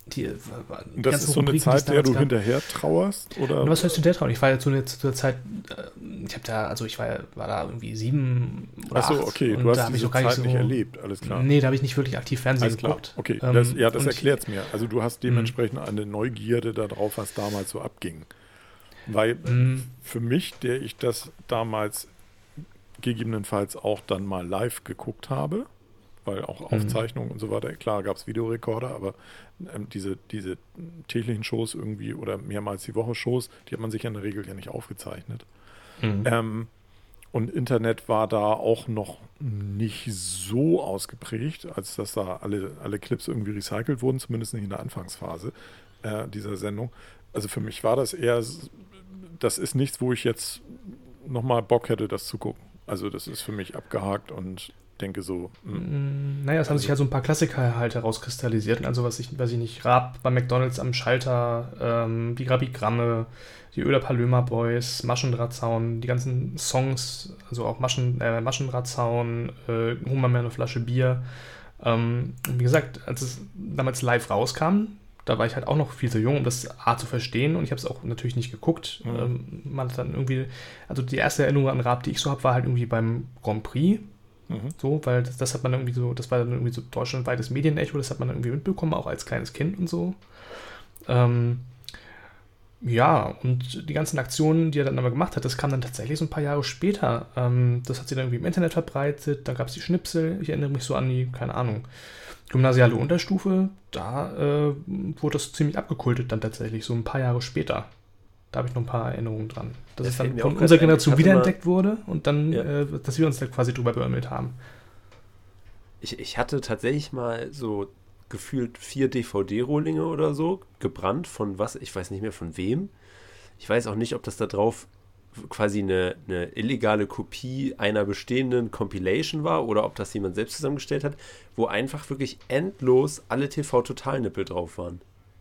Die, die das ist so eine Rubriken, Zeit, der du gab. hinterher trauerst? Oder? Und was heißt du der trauern? Ich war ja zu der, zu der Zeit, ich habe da, also ich war, war da irgendwie sieben oder Ach so, acht. Okay, du hast diese Zeit nicht, so, nicht erlebt, alles klar. Nee, da habe ich nicht wirklich aktiv Fernsehen alles geguckt. Okay, ähm, das, ja, das erklärt es mir. Also du hast dementsprechend mh. eine Neugierde darauf, was damals so abging. Weil mh. für mich, der ich das damals gegebenenfalls auch dann mal live geguckt habe, weil auch Aufzeichnungen mhm. und so weiter, klar gab es Videorekorder, aber ähm, diese, diese täglichen Shows irgendwie oder mehrmals die Woche Shows, die hat man sich ja in der Regel ja nicht aufgezeichnet. Mhm. Ähm, und Internet war da auch noch nicht so ausgeprägt, als dass da alle, alle Clips irgendwie recycelt wurden, zumindest nicht in der Anfangsphase äh, dieser Sendung. Also für mich war das eher, das ist nichts, wo ich jetzt nochmal Bock hätte, das zu gucken. Also das ist für mich abgehakt und denke so. Mh. Naja, es haben sich ja so ein paar Klassiker halt herauskristallisiert. Also was ich, weiß ich nicht, Raab bei McDonalds am Schalter, ähm, die Grabigramme, die Oeder Palömer Boys, Maschendrahtzaun, die ganzen Songs, also auch Maschen, äh, Maschendrahtzaun, äh, hol mal mir eine Flasche Bier. Ähm, wie gesagt, als es damals live rauskam, da war ich halt auch noch viel zu jung, um das A zu verstehen, und ich habe es auch natürlich nicht geguckt. Mhm. Ähm, man hat dann irgendwie, also die erste Erinnerung an Raab, die ich so habe, war halt irgendwie beim Grand Prix. Mhm. So, weil das, das hat man irgendwie so, das war dann irgendwie so deutschlandweites Medienecho, das hat man dann irgendwie mitbekommen, auch als kleines Kind und so. Ähm, ja, und die ganzen Aktionen, die er dann aber gemacht hat, das kam dann tatsächlich so ein paar Jahre später. Ähm, das hat sich dann irgendwie im Internet verbreitet, dann gab es die Schnipsel, ich erinnere mich so an die, keine Ahnung, gymnasiale Unterstufe, da äh, wurde das ziemlich abgekultet dann tatsächlich, so ein paar Jahre später. Da habe ich noch ein paar Erinnerungen dran. Dass das es dann von unserer Generation wiederentdeckt wurde und dann, ja. äh, dass wir uns da quasi drüber beömmelt haben. Ich, ich hatte tatsächlich mal so gefühlt vier D V D-Rohlinge oder so gebrannt von was, ich weiß nicht mehr von wem. Ich weiß auch nicht, ob das da drauf quasi eine, eine illegale Kopie einer bestehenden Compilation war oder ob das jemand selbst zusammengestellt hat, wo einfach wirklich endlos alle T V-Total-Nippel drauf waren.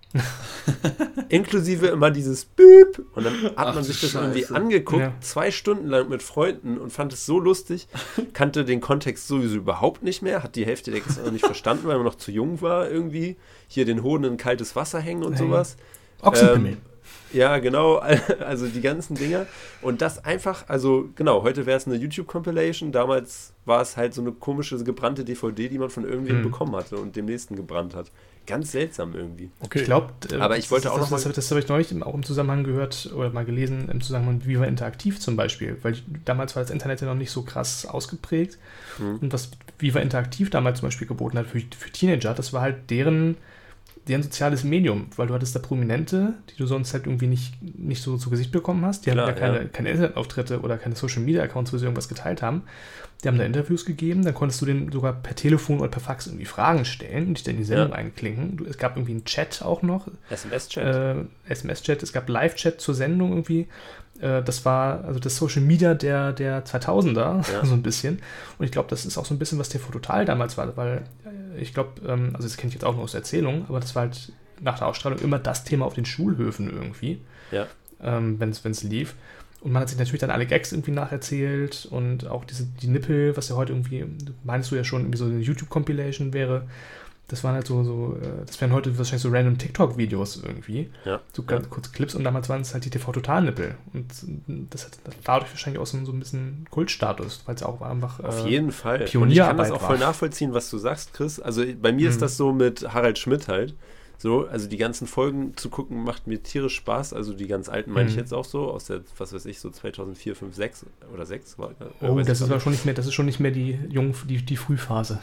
Inklusive immer dieses Büb, und dann hat Ach, man sich das Scheiße. irgendwie angeguckt, ja. zwei Stunden lang mit Freunden, und fand es so lustig, kannte den Kontext sowieso überhaupt nicht mehr, hat die Hälfte der Gäste noch nicht verstanden, weil man noch zu jung war irgendwie, hier den Hoden in kaltes Wasser hängen und hey. sowas. Ochsenpimmel. Ähm, ja, genau, also die ganzen Dinger, und das einfach, also genau, heute wäre es eine YouTube-Compilation, damals war es halt so eine komische gebrannte D V D, die man von irgendwem hm. bekommen hatte und dem nächsten gebrannt hat. Ganz seltsam irgendwie. Okay. Ich glaube, äh, aber ich wollte auch das, noch das, mal... Das, das habe ich neulich auch im Zusammenhang gehört oder mal gelesen, im Zusammenhang mit Viva Interaktiv zum Beispiel, weil ich, damals war das Internet ja noch nicht so krass ausgeprägt. Mhm. Und was Viva Interaktiv damals zum Beispiel geboten hat für, für Teenager, das war halt deren, deren soziales Medium, weil du hattest da Prominente, die du sonst halt irgendwie nicht, nicht so zu Gesicht bekommen hast. Die Klar, hatten ja keine, ja. keine Internetauftritte oder keine Social-Media-Accounts, wo sie irgendwas geteilt haben. Die haben da Interviews gegeben, dann konntest du denen sogar per Telefon oder per Fax irgendwie Fragen stellen und dich dann in die Sendung ja. einklinken. Du, es gab irgendwie einen Chat auch noch. S M S-Chat. Äh, S M S-Chat, es gab Live-Chat zur Sendung irgendwie. Äh, das war also das Social Media der, der zweitausender, ja. so ein bisschen. Und ich glaube, das ist auch so ein bisschen, was T V Total damals war, weil äh, ich glaube, ähm, also das kenne ich jetzt auch nur aus Erzählung, aber das war halt nach der Ausstrahlung immer das Thema auf den Schulhöfen irgendwie, ja. ähm, wenn es lief. Und man hat sich natürlich dann alle Gags irgendwie nacherzählt und auch diese, die Nippel, was ja heute irgendwie, meinst du ja schon, irgendwie so eine YouTube-Compilation wäre, das waren halt so, so das wären heute wahrscheinlich so random TikTok-Videos irgendwie, ja. so ganz ja. kurze Clips, und damals waren es halt die T V-Total-Nippel, und das hat dadurch wahrscheinlich auch so, so ein bisschen Kultstatus, weil es auch einfach Auf äh, jeden Fall. Pionierarbeit und ich kann das auch war. voll nachvollziehen, was du sagst, Chris. Also bei mir mhm. ist das so mit Harald Schmidt halt. So, also die ganzen Folgen zu gucken, macht mir tierisch Spaß. Also die ganz alten meine mhm. ich jetzt auch so, aus der, was weiß ich, so zweitausendvier, fünf, sechs oder sechs. War, oh, das ist aber schon nicht mehr, das ist schon nicht mehr die Jung, die, die Frühphase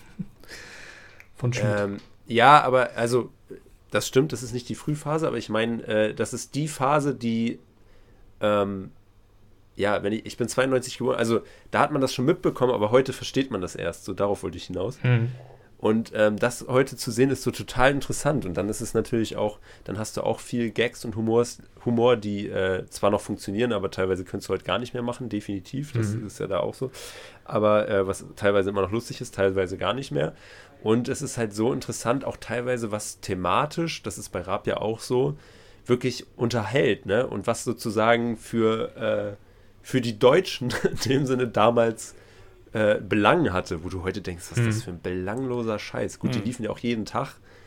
von Schmidt. Ähm, ja, aber also, das stimmt, das ist nicht die Frühphase, aber ich meine, äh, das ist die Phase, die, ähm, ja, wenn ich, ich bin zweiundneunzig geboren, also da hat man das schon mitbekommen, aber heute versteht man das erst. So, darauf wollte ich hinaus. Mhm. Und ähm, das heute zu sehen, ist so total interessant. Und dann ist es natürlich auch, dann hast du auch viel Gags und Humors, Humor, die äh, zwar noch funktionieren, aber teilweise könntest du heute gar nicht mehr machen, definitiv. Das mhm. ist ja da auch so. Aber äh, was teilweise immer noch lustig ist, teilweise gar nicht mehr. Und es ist halt so interessant, auch teilweise was thematisch, das ist bei Raab ja auch so, wirklich unterhält, ne? Und was sozusagen für, äh, für die Deutschen in dem Sinne damals Äh, Belang hatte, wo du heute denkst, was ist das für ein belangloser Scheiß. Gut, mhm. die liefen ja auch jeden Tag,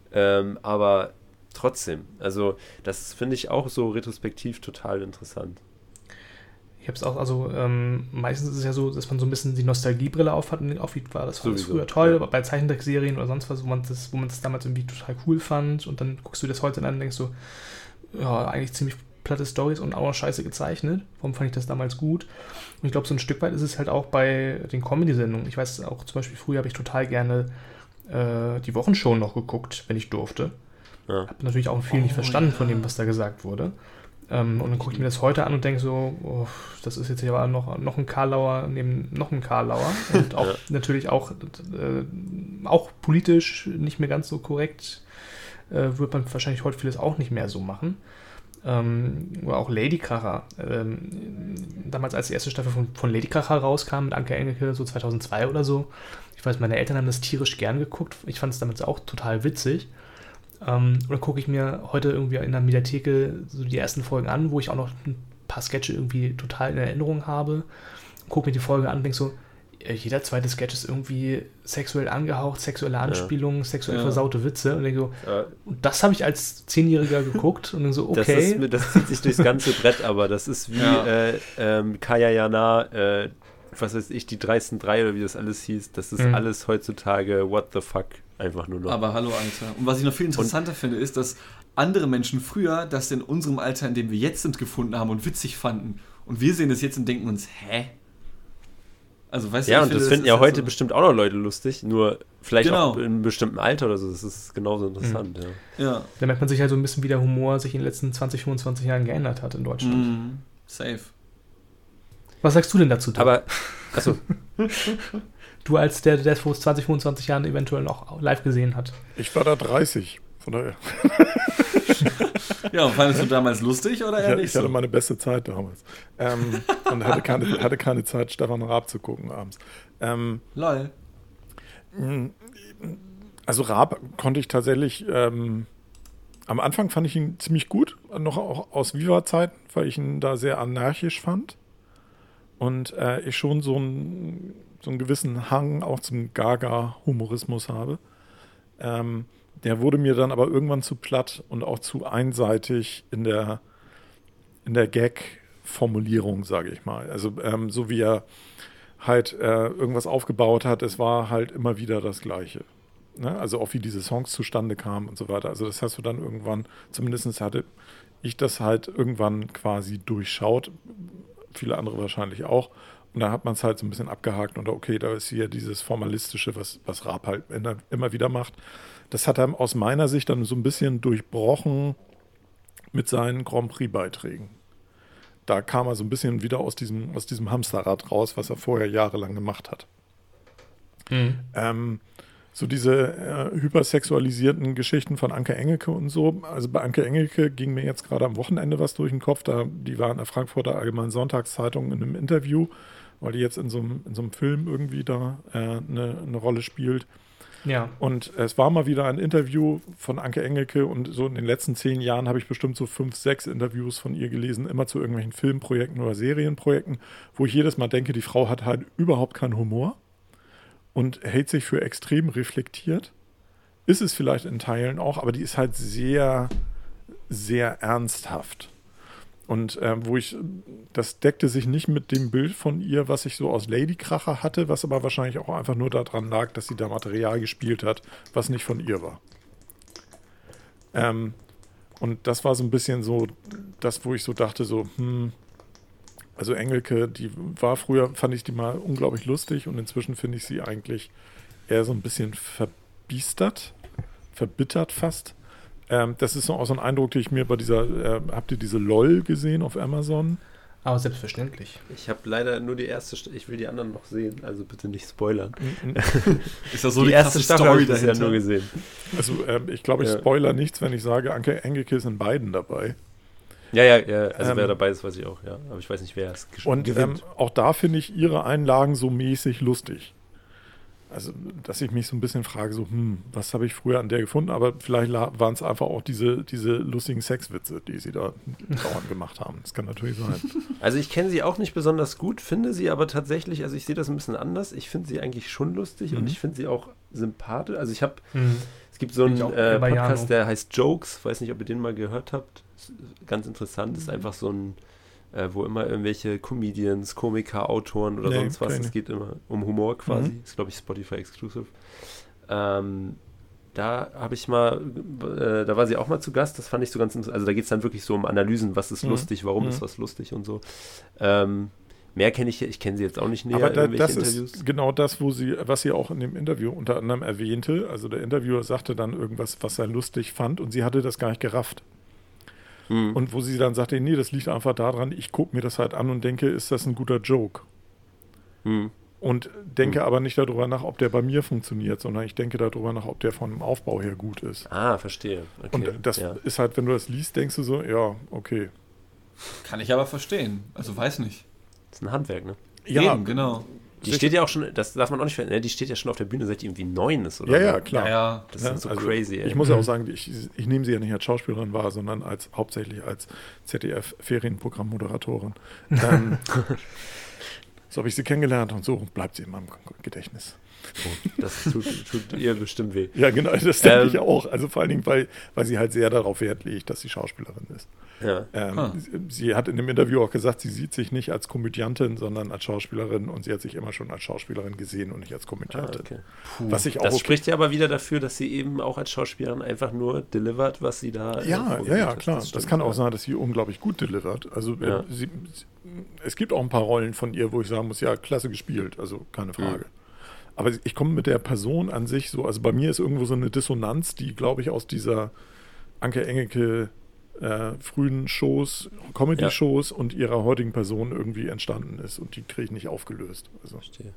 Ähm, aber trotzdem, also das finde ich auch so retrospektiv total interessant. Ich habe es auch, also ähm, meistens ist es ja so, dass man so ein bisschen die Nostalgiebrille aufhat und auf wie war das war früher toll, ja. Bei Zeichentrickserien oder sonst was, wo man das, wo man das damals irgendwie total cool fand und dann guckst du das heute an und denkst so, ja, eigentlich ziemlich platte Storys und auch noch scheiße gezeichnet. Warum fand ich das damals gut? Und ich glaube, so ein Stück weit ist es halt auch bei den Comedy-Sendungen. Ich weiß auch zum Beispiel, früher habe ich total gerne äh, die Wochenshow noch geguckt, wenn ich durfte. Ja. Habe natürlich auch viel oh, nicht verstanden ja. von dem, was da gesagt wurde. Ähm, und dann gucke ich mir das heute an und denke so, oh, das ist jetzt ja noch, noch ein Karlauer neben noch ein Karlauer. Und auch ja. natürlich auch, äh, auch politisch nicht mehr ganz so korrekt. Äh, wird man wahrscheinlich heute vieles auch nicht mehr so machen. Ähm, oder auch Ladykracher. Ähm, damals, als die erste Staffel von, von Ladykracher rauskam mit Anke Engelke, so zweitausendzwei oder so. Ich weiß, meine Eltern haben das tierisch gern geguckt. Ich fand es damals auch total witzig. Ähm, und dann gucke ich mir heute irgendwie in der Mediatheke so die ersten Folgen an, wo ich auch noch ein paar Sketche irgendwie total in Erinnerung habe. Gucke mir die Folge an und denke so, jeder zweite Sketch ist irgendwie sexuell angehaucht, sexuelle Anspielungen, ja. sexuell ja. versaute Witze. Und, so, ja. und das habe ich als Zehnjähriger geguckt und dann so, okay. Das, ist, das zieht sich durchs ganze Brett, aber das ist wie ja. äh, ähm, Kaya Jana, äh, was weiß ich, die dreisten drei oder wie das alles hieß. Das ist mhm. alles heutzutage what the fuck, einfach nur noch. Aber hallo, Alter. Und was ich noch viel interessanter und, finde, ist, dass andere Menschen früher das in unserem Alter, in dem wir jetzt sind, gefunden haben und witzig fanden. Und wir sehen das jetzt und denken uns, hä? Also, weißt ja, du, und das finde, finden das ja heute so bestimmt auch noch Leute lustig, nur vielleicht genau. auch in einem bestimmten Alter oder so. Das ist genauso interessant, mhm. ja. ja. Da merkt man sich halt so ein bisschen, wie der Humor sich in den letzten zwanzig, fünfundzwanzig Jahren geändert hat in Deutschland. Mhm. Safe. Was sagst du denn dazu, Tom? Aber, achso. Du als der, der vor zwanzig, fünfundzwanzig Jahren eventuell noch live gesehen hat. Ich war da dreißig, von daher. Ja, und fandest du damals lustig oder eher ich, nicht ich hatte so? meine beste Zeit damals. Ähm, und hatte keine, hatte keine Zeit, Stefan Raab zu gucken abends. Ähm, Lol. Also Raab konnte ich tatsächlich, ähm, am Anfang fand ich ihn ziemlich gut, noch auch aus Viva-Zeiten, weil ich ihn da sehr anarchisch fand. Und äh, ich schon so, ein, so einen gewissen Hang auch zum Gaga-Humorismus habe. Ähm, Der wurde mir dann aber irgendwann zu platt und auch zu einseitig in der, in der Gag-Formulierung, sage ich mal. Also ähm, so wie er halt äh, irgendwas aufgebaut hat, es war halt immer wieder das Gleiche. Ne? Also auch wie diese Songs zustande kamen und so weiter. Also das hast du dann irgendwann, zumindest hatte ich das halt irgendwann quasi durchschaut. Viele andere wahrscheinlich auch. Und da hat man es halt so ein bisschen abgehakt und okay, da ist hier dieses Formalistische, was, was Raab halt immer wieder macht. Das hat er aus meiner Sicht dann so ein bisschen durchbrochen mit seinen Grand Prix-Beiträgen. Da kam er so ein bisschen wieder aus diesem, aus diesem Hamsterrad raus, was er vorher jahrelang gemacht hat. Mhm. Ähm, so diese äh, hypersexualisierten Geschichten von Anke Engelke und so. Also bei Anke Engelke ging mir jetzt gerade am Wochenende was durch den Kopf. Da, die war in der Frankfurter Allgemeinen Sonntagszeitung in einem Interview, weil die jetzt in so einem, in so einem Film irgendwie da äh, eine, eine Rolle spielt. Ja. Und es war mal wieder ein Interview von Anke Engelke und so in den letzten zehn Jahren habe ich bestimmt so fünf, sechs Interviews von ihr gelesen, immer zu irgendwelchen Filmprojekten oder Serienprojekten, wo ich jedes Mal denke, die Frau hat halt überhaupt keinen Humor und hält sich für extrem reflektiert. Ist es vielleicht in Teilen auch, aber die ist halt sehr, sehr ernsthaft. Und ähm, wo ich, das deckte sich nicht mit dem Bild von ihr, was ich so aus Ladykracher hatte, was aber wahrscheinlich auch einfach nur daran lag, dass sie da Material gespielt hat, was nicht von ihr war. Ähm, und das war so ein bisschen so das, wo ich so dachte, so, hm, also Engelke, die war früher, fand ich die mal unglaublich lustig und inzwischen finde ich sie eigentlich eher so ein bisschen verbiestert, verbittert fast. Ähm, das ist so auch so ein Eindruck, den ich mir bei dieser, äh, habt ihr diese LOL gesehen auf Amazon? Aber selbstverständlich. Ich habe leider nur die erste, St- ich will die anderen noch sehen, also bitte nicht spoilern. Ist das so die, die erste Staffel Story habe ich ja nur gesehen. Also ähm, ich glaube, ich ja. spoiler nichts, wenn ich sage, Anke Engelke ist in beiden dabei. Ja, ja, ja, also ähm, wer dabei ist, weiß ich auch, ja. Aber ich weiß nicht, wer es Und ähm, auch da finde ich ihre Einlagen so mäßig lustig. Also, dass ich mich so ein bisschen frage, so, hm, was habe ich früher an der gefunden? Aber vielleicht waren es einfach auch diese, diese lustigen Sexwitze, die sie da dauernd gemacht haben. Das kann natürlich sein. Also ich kenne sie auch nicht besonders gut, finde sie aber tatsächlich, also ich sehe das ein bisschen anders. Ich finde sie eigentlich schon lustig mhm. und ich finde sie auch sympathisch. Also ich habe, mhm. es gibt so einen äh, Podcast, der heißt Jokes, weiß nicht, ob ihr den mal gehört habt. Ganz interessant, mhm. ist einfach so ein, äh, wo immer irgendwelche Comedians, Komiker, Autoren oder nee, sonst was, es geht immer um Humor quasi, mhm. ist glaube ich Spotify exclusive. Ähm, da habe ich mal, äh, da war sie auch mal zu Gast, das fand ich so ganz interessant, also da geht es dann wirklich so um Analysen, was ist mhm. lustig, warum mhm. ist was lustig und so. Ähm, mehr kenne ich, ich kenne sie jetzt auch nicht näher. Aber da, das Interviews. Ist genau das, wo sie, was sie auch in dem Interview unter anderem erwähnte, also der Interviewer sagte dann irgendwas, was er lustig fand und sie hatte das gar nicht gerafft. Mhm. Und wo sie dann sagte, nee, das liegt einfach daran, ich gucke mir das halt an und denke, ist das ein guter Joke? Mhm. Und denke mhm. aber nicht darüber nach, ob der bei mir funktioniert, sondern ich denke darüber nach, ob der vom Aufbau her gut ist. Ah, verstehe. Okay. Und das ja. ist halt, wenn du das liest, denkst du so, ja, okay. Kann ich aber verstehen. Also weiß nicht. Das ist ein Handwerk, ne? Ja, Eben, genau. Die steht ja auch schon, das darf man auch nicht vergessen, die steht ja schon auf der Bühne, seit die irgendwie neun ist, oder? Ja, ja, klar. Ja, ja. Das ja, ist so also crazy, ey. Ich muss ja auch sagen, ich, ich nehme sie ja nicht als Schauspielerin wahr, sondern als hauptsächlich als Z D F-Ferienprogramm-Moderatorin. ähm, so habe ich sie kennengelernt und so bleibt sie in meinem Gedächtnis. Oh, das tut, tut ihr bestimmt weh. Ja, genau, das denke ähm, ich auch. Also vor allen Dingen, weil, weil sie halt sehr darauf Wert legt, dass sie Schauspielerin ist. Ja. Ähm, ah. sie, sie hat in dem Interview auch gesagt, sie sieht sich nicht als Komödiantin, sondern als Schauspielerin und sie hat sich immer schon als Schauspielerin gesehen und nicht als Komödiantin. Ah, okay. Was ich auch das okay. spricht ja aber wieder dafür, dass sie eben auch als Schauspielerin einfach nur delivert, was sie da Ja, äh, ja, ja, klar. Das, das kann auch sein, dass sie unglaublich gut delivert. Also ja. äh, sie, es gibt auch ein paar Rollen von ihr, wo ich sagen muss, ja, klasse gespielt, also keine Frage. Mhm. Aber ich komme mit der Person an sich so, also bei mir ist irgendwo so eine Dissonanz, die, glaube ich, aus dieser Anke Engelke äh, frühen Shows, Comedy-Shows ja. und ihrer heutigen Person irgendwie entstanden ist und die kriege ich nicht aufgelöst. Also. Verstehe.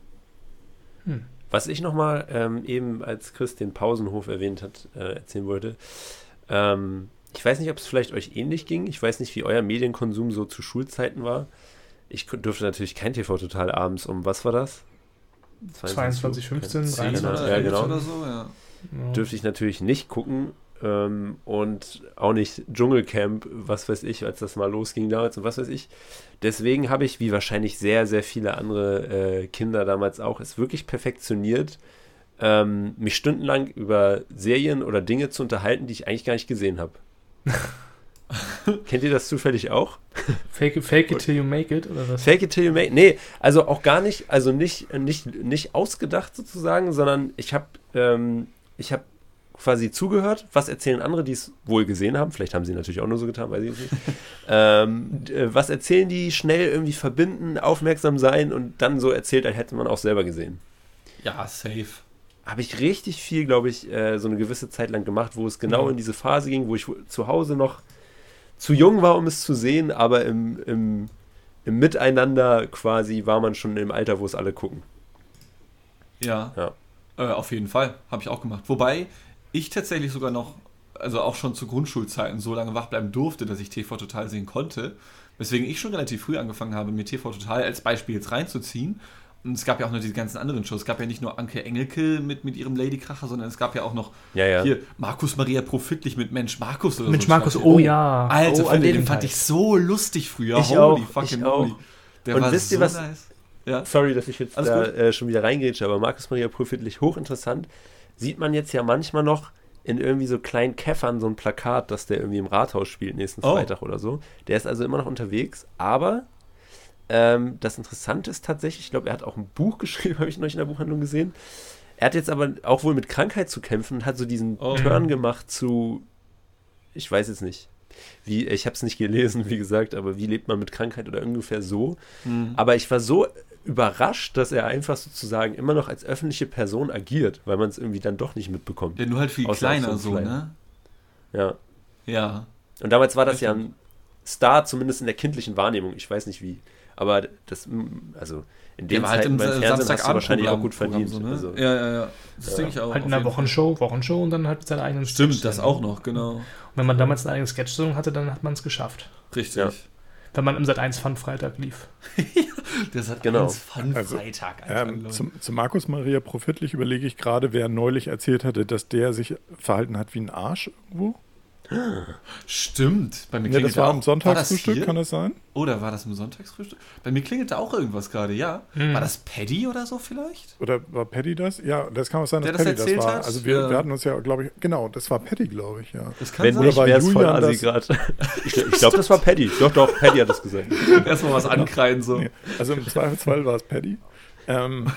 Hm. Was ich nochmal ähm, eben, als Chris den Pausenhof erwähnt hat, äh, erzählen wollte, ähm, ich weiß nicht, ob es vielleicht euch ähnlich ging, ich weiß nicht, wie euer Medienkonsum so zu Schulzeiten war. Ich durfte natürlich kein T V Total abends um, was war das? zweiundzwanzig, fünfzehn, dreiundzwanzig ja, genau. oder so, ja. Ja. Dürfte ich natürlich nicht gucken ähm, und auch nicht Dschungelcamp, was weiß ich, als das mal losging damals und was weiß ich. Deswegen habe ich, wie wahrscheinlich sehr, sehr viele andere äh, Kinder damals auch, es wirklich perfektioniert, ähm, mich stundenlang über Serien oder Dinge zu unterhalten, die ich eigentlich gar nicht gesehen habe. Kennt ihr das zufällig auch? Fake, fake it till you make it, oder was? Fake it till you make it. Nee, also auch gar nicht, also nicht, nicht, nicht ausgedacht sozusagen, sondern ich habe ähm, ich habe quasi zugehört, was erzählen andere, die es wohl gesehen haben, vielleicht haben sie natürlich auch nur so getan, weiß ich nicht. ähm, was erzählen die, schnell irgendwie verbinden, aufmerksam sein und dann so erzählt, als hätte man auch selber gesehen. Ja, safe. Habe ich richtig viel, glaube ich, äh, so eine gewisse Zeit lang gemacht, wo es genau mhm. in diese Phase ging, wo ich zu Hause noch zu jung war, um es zu sehen, aber im, im, im Miteinander quasi war man schon im Alter, wo es alle gucken. Ja, ja. Äh, auf jeden Fall, habe ich auch gemacht. Wobei ich tatsächlich sogar noch, also auch schon zu Grundschulzeiten so lange wach bleiben durfte, dass ich T V Total sehen konnte, weswegen ich schon relativ früh angefangen habe, mir T V Total als Beispiel jetzt reinzuziehen. Und es gab ja auch noch diese ganzen anderen Shows. Es gab ja nicht nur Anke Engelke mit, mit ihrem Ladykracher, sondern es gab ja auch noch ja, ja. hier Markus Maria Profitlich mit Mensch Markus oder Mensch so. Markus, oh ja. Alter, oh, an den fand ich so lustig früher. Ich Holy auch, fucking ich holy. auch. Der und war wisst so ihr was? Nice. Ja? Sorry, dass ich jetzt da äh, schon wieder reingrätsche, aber Markus Maria Profitlich, hochinteressant. Sieht man jetzt ja manchmal noch in irgendwie so kleinen Käffern so ein Plakat, dass der irgendwie im Rathaus spielt nächsten oh. Freitag oder so. Der ist also immer noch unterwegs, aber Ähm, das Interessante ist tatsächlich, ich glaube, er hat auch ein Buch geschrieben, habe ich neulich in der Buchhandlung gesehen. Er hat jetzt aber auch wohl mit Krankheit zu kämpfen und hat so diesen oh. Turn gemacht zu, ich weiß jetzt nicht, wie, ich habe es nicht gelesen, wie gesagt, aber wie lebt man mit Krankheit oder ungefähr so. Mhm. Aber ich war so überrascht, dass er einfach sozusagen immer noch als öffentliche Person agiert, weil man es irgendwie dann doch nicht mitbekommt. Ja, nur halt viel kleiner so, klein. ne? Ja. Ja. Und damals war das, das ja ein Star, zumindest in der kindlichen Wahrnehmung, ich weiß nicht wie. Aber das, also in dem halt Zeiten beim Fernsehen hast du wahrscheinlich auch gut verdient. So, ne? also, ja, ja, ja. Das ja. denke ich auch. Halt in der Wochenshow, Wochenshow und dann halt seine eigenen Stimmt, Sketch. Das auch noch, genau. Und wenn man damals eine eigene Sketch-Sendung hatte, dann hat man es geschafft. Richtig. Ja. Wenn man im Sat eins Fun Freitag lief. Der Sat eins genau. Fun also, Freitag. Ähm, zum, zum Markus Maria Profitlich überlege ich gerade, wer neulich erzählt hatte, dass der sich verhalten hat wie ein Arsch irgendwo. Stimmt. Bei mir Ja, das war auch, am Sonntagsfrühstück, kann das sein? Oder war das im Sonntagsfrühstück? Bei mir klingelte auch irgendwas gerade, ja. Mhm. War das Paddy oder so vielleicht? Oder war Paddy das? Ja, das kann auch sein, dass Der Paddy das, das war. Hat? Also wir, ja. wir hatten uns ja, glaube ich, genau, das war Paddy, glaube ich, ja. Das kann Wenn sein. nicht, wäre es voll assi gerade. Ich, ich glaube, das war Paddy. Doch, doch, Paddy hat das gesagt. Erstmal was ankreiden so. Nee. Also im Zweifelsfall war es Paddy. Ähm,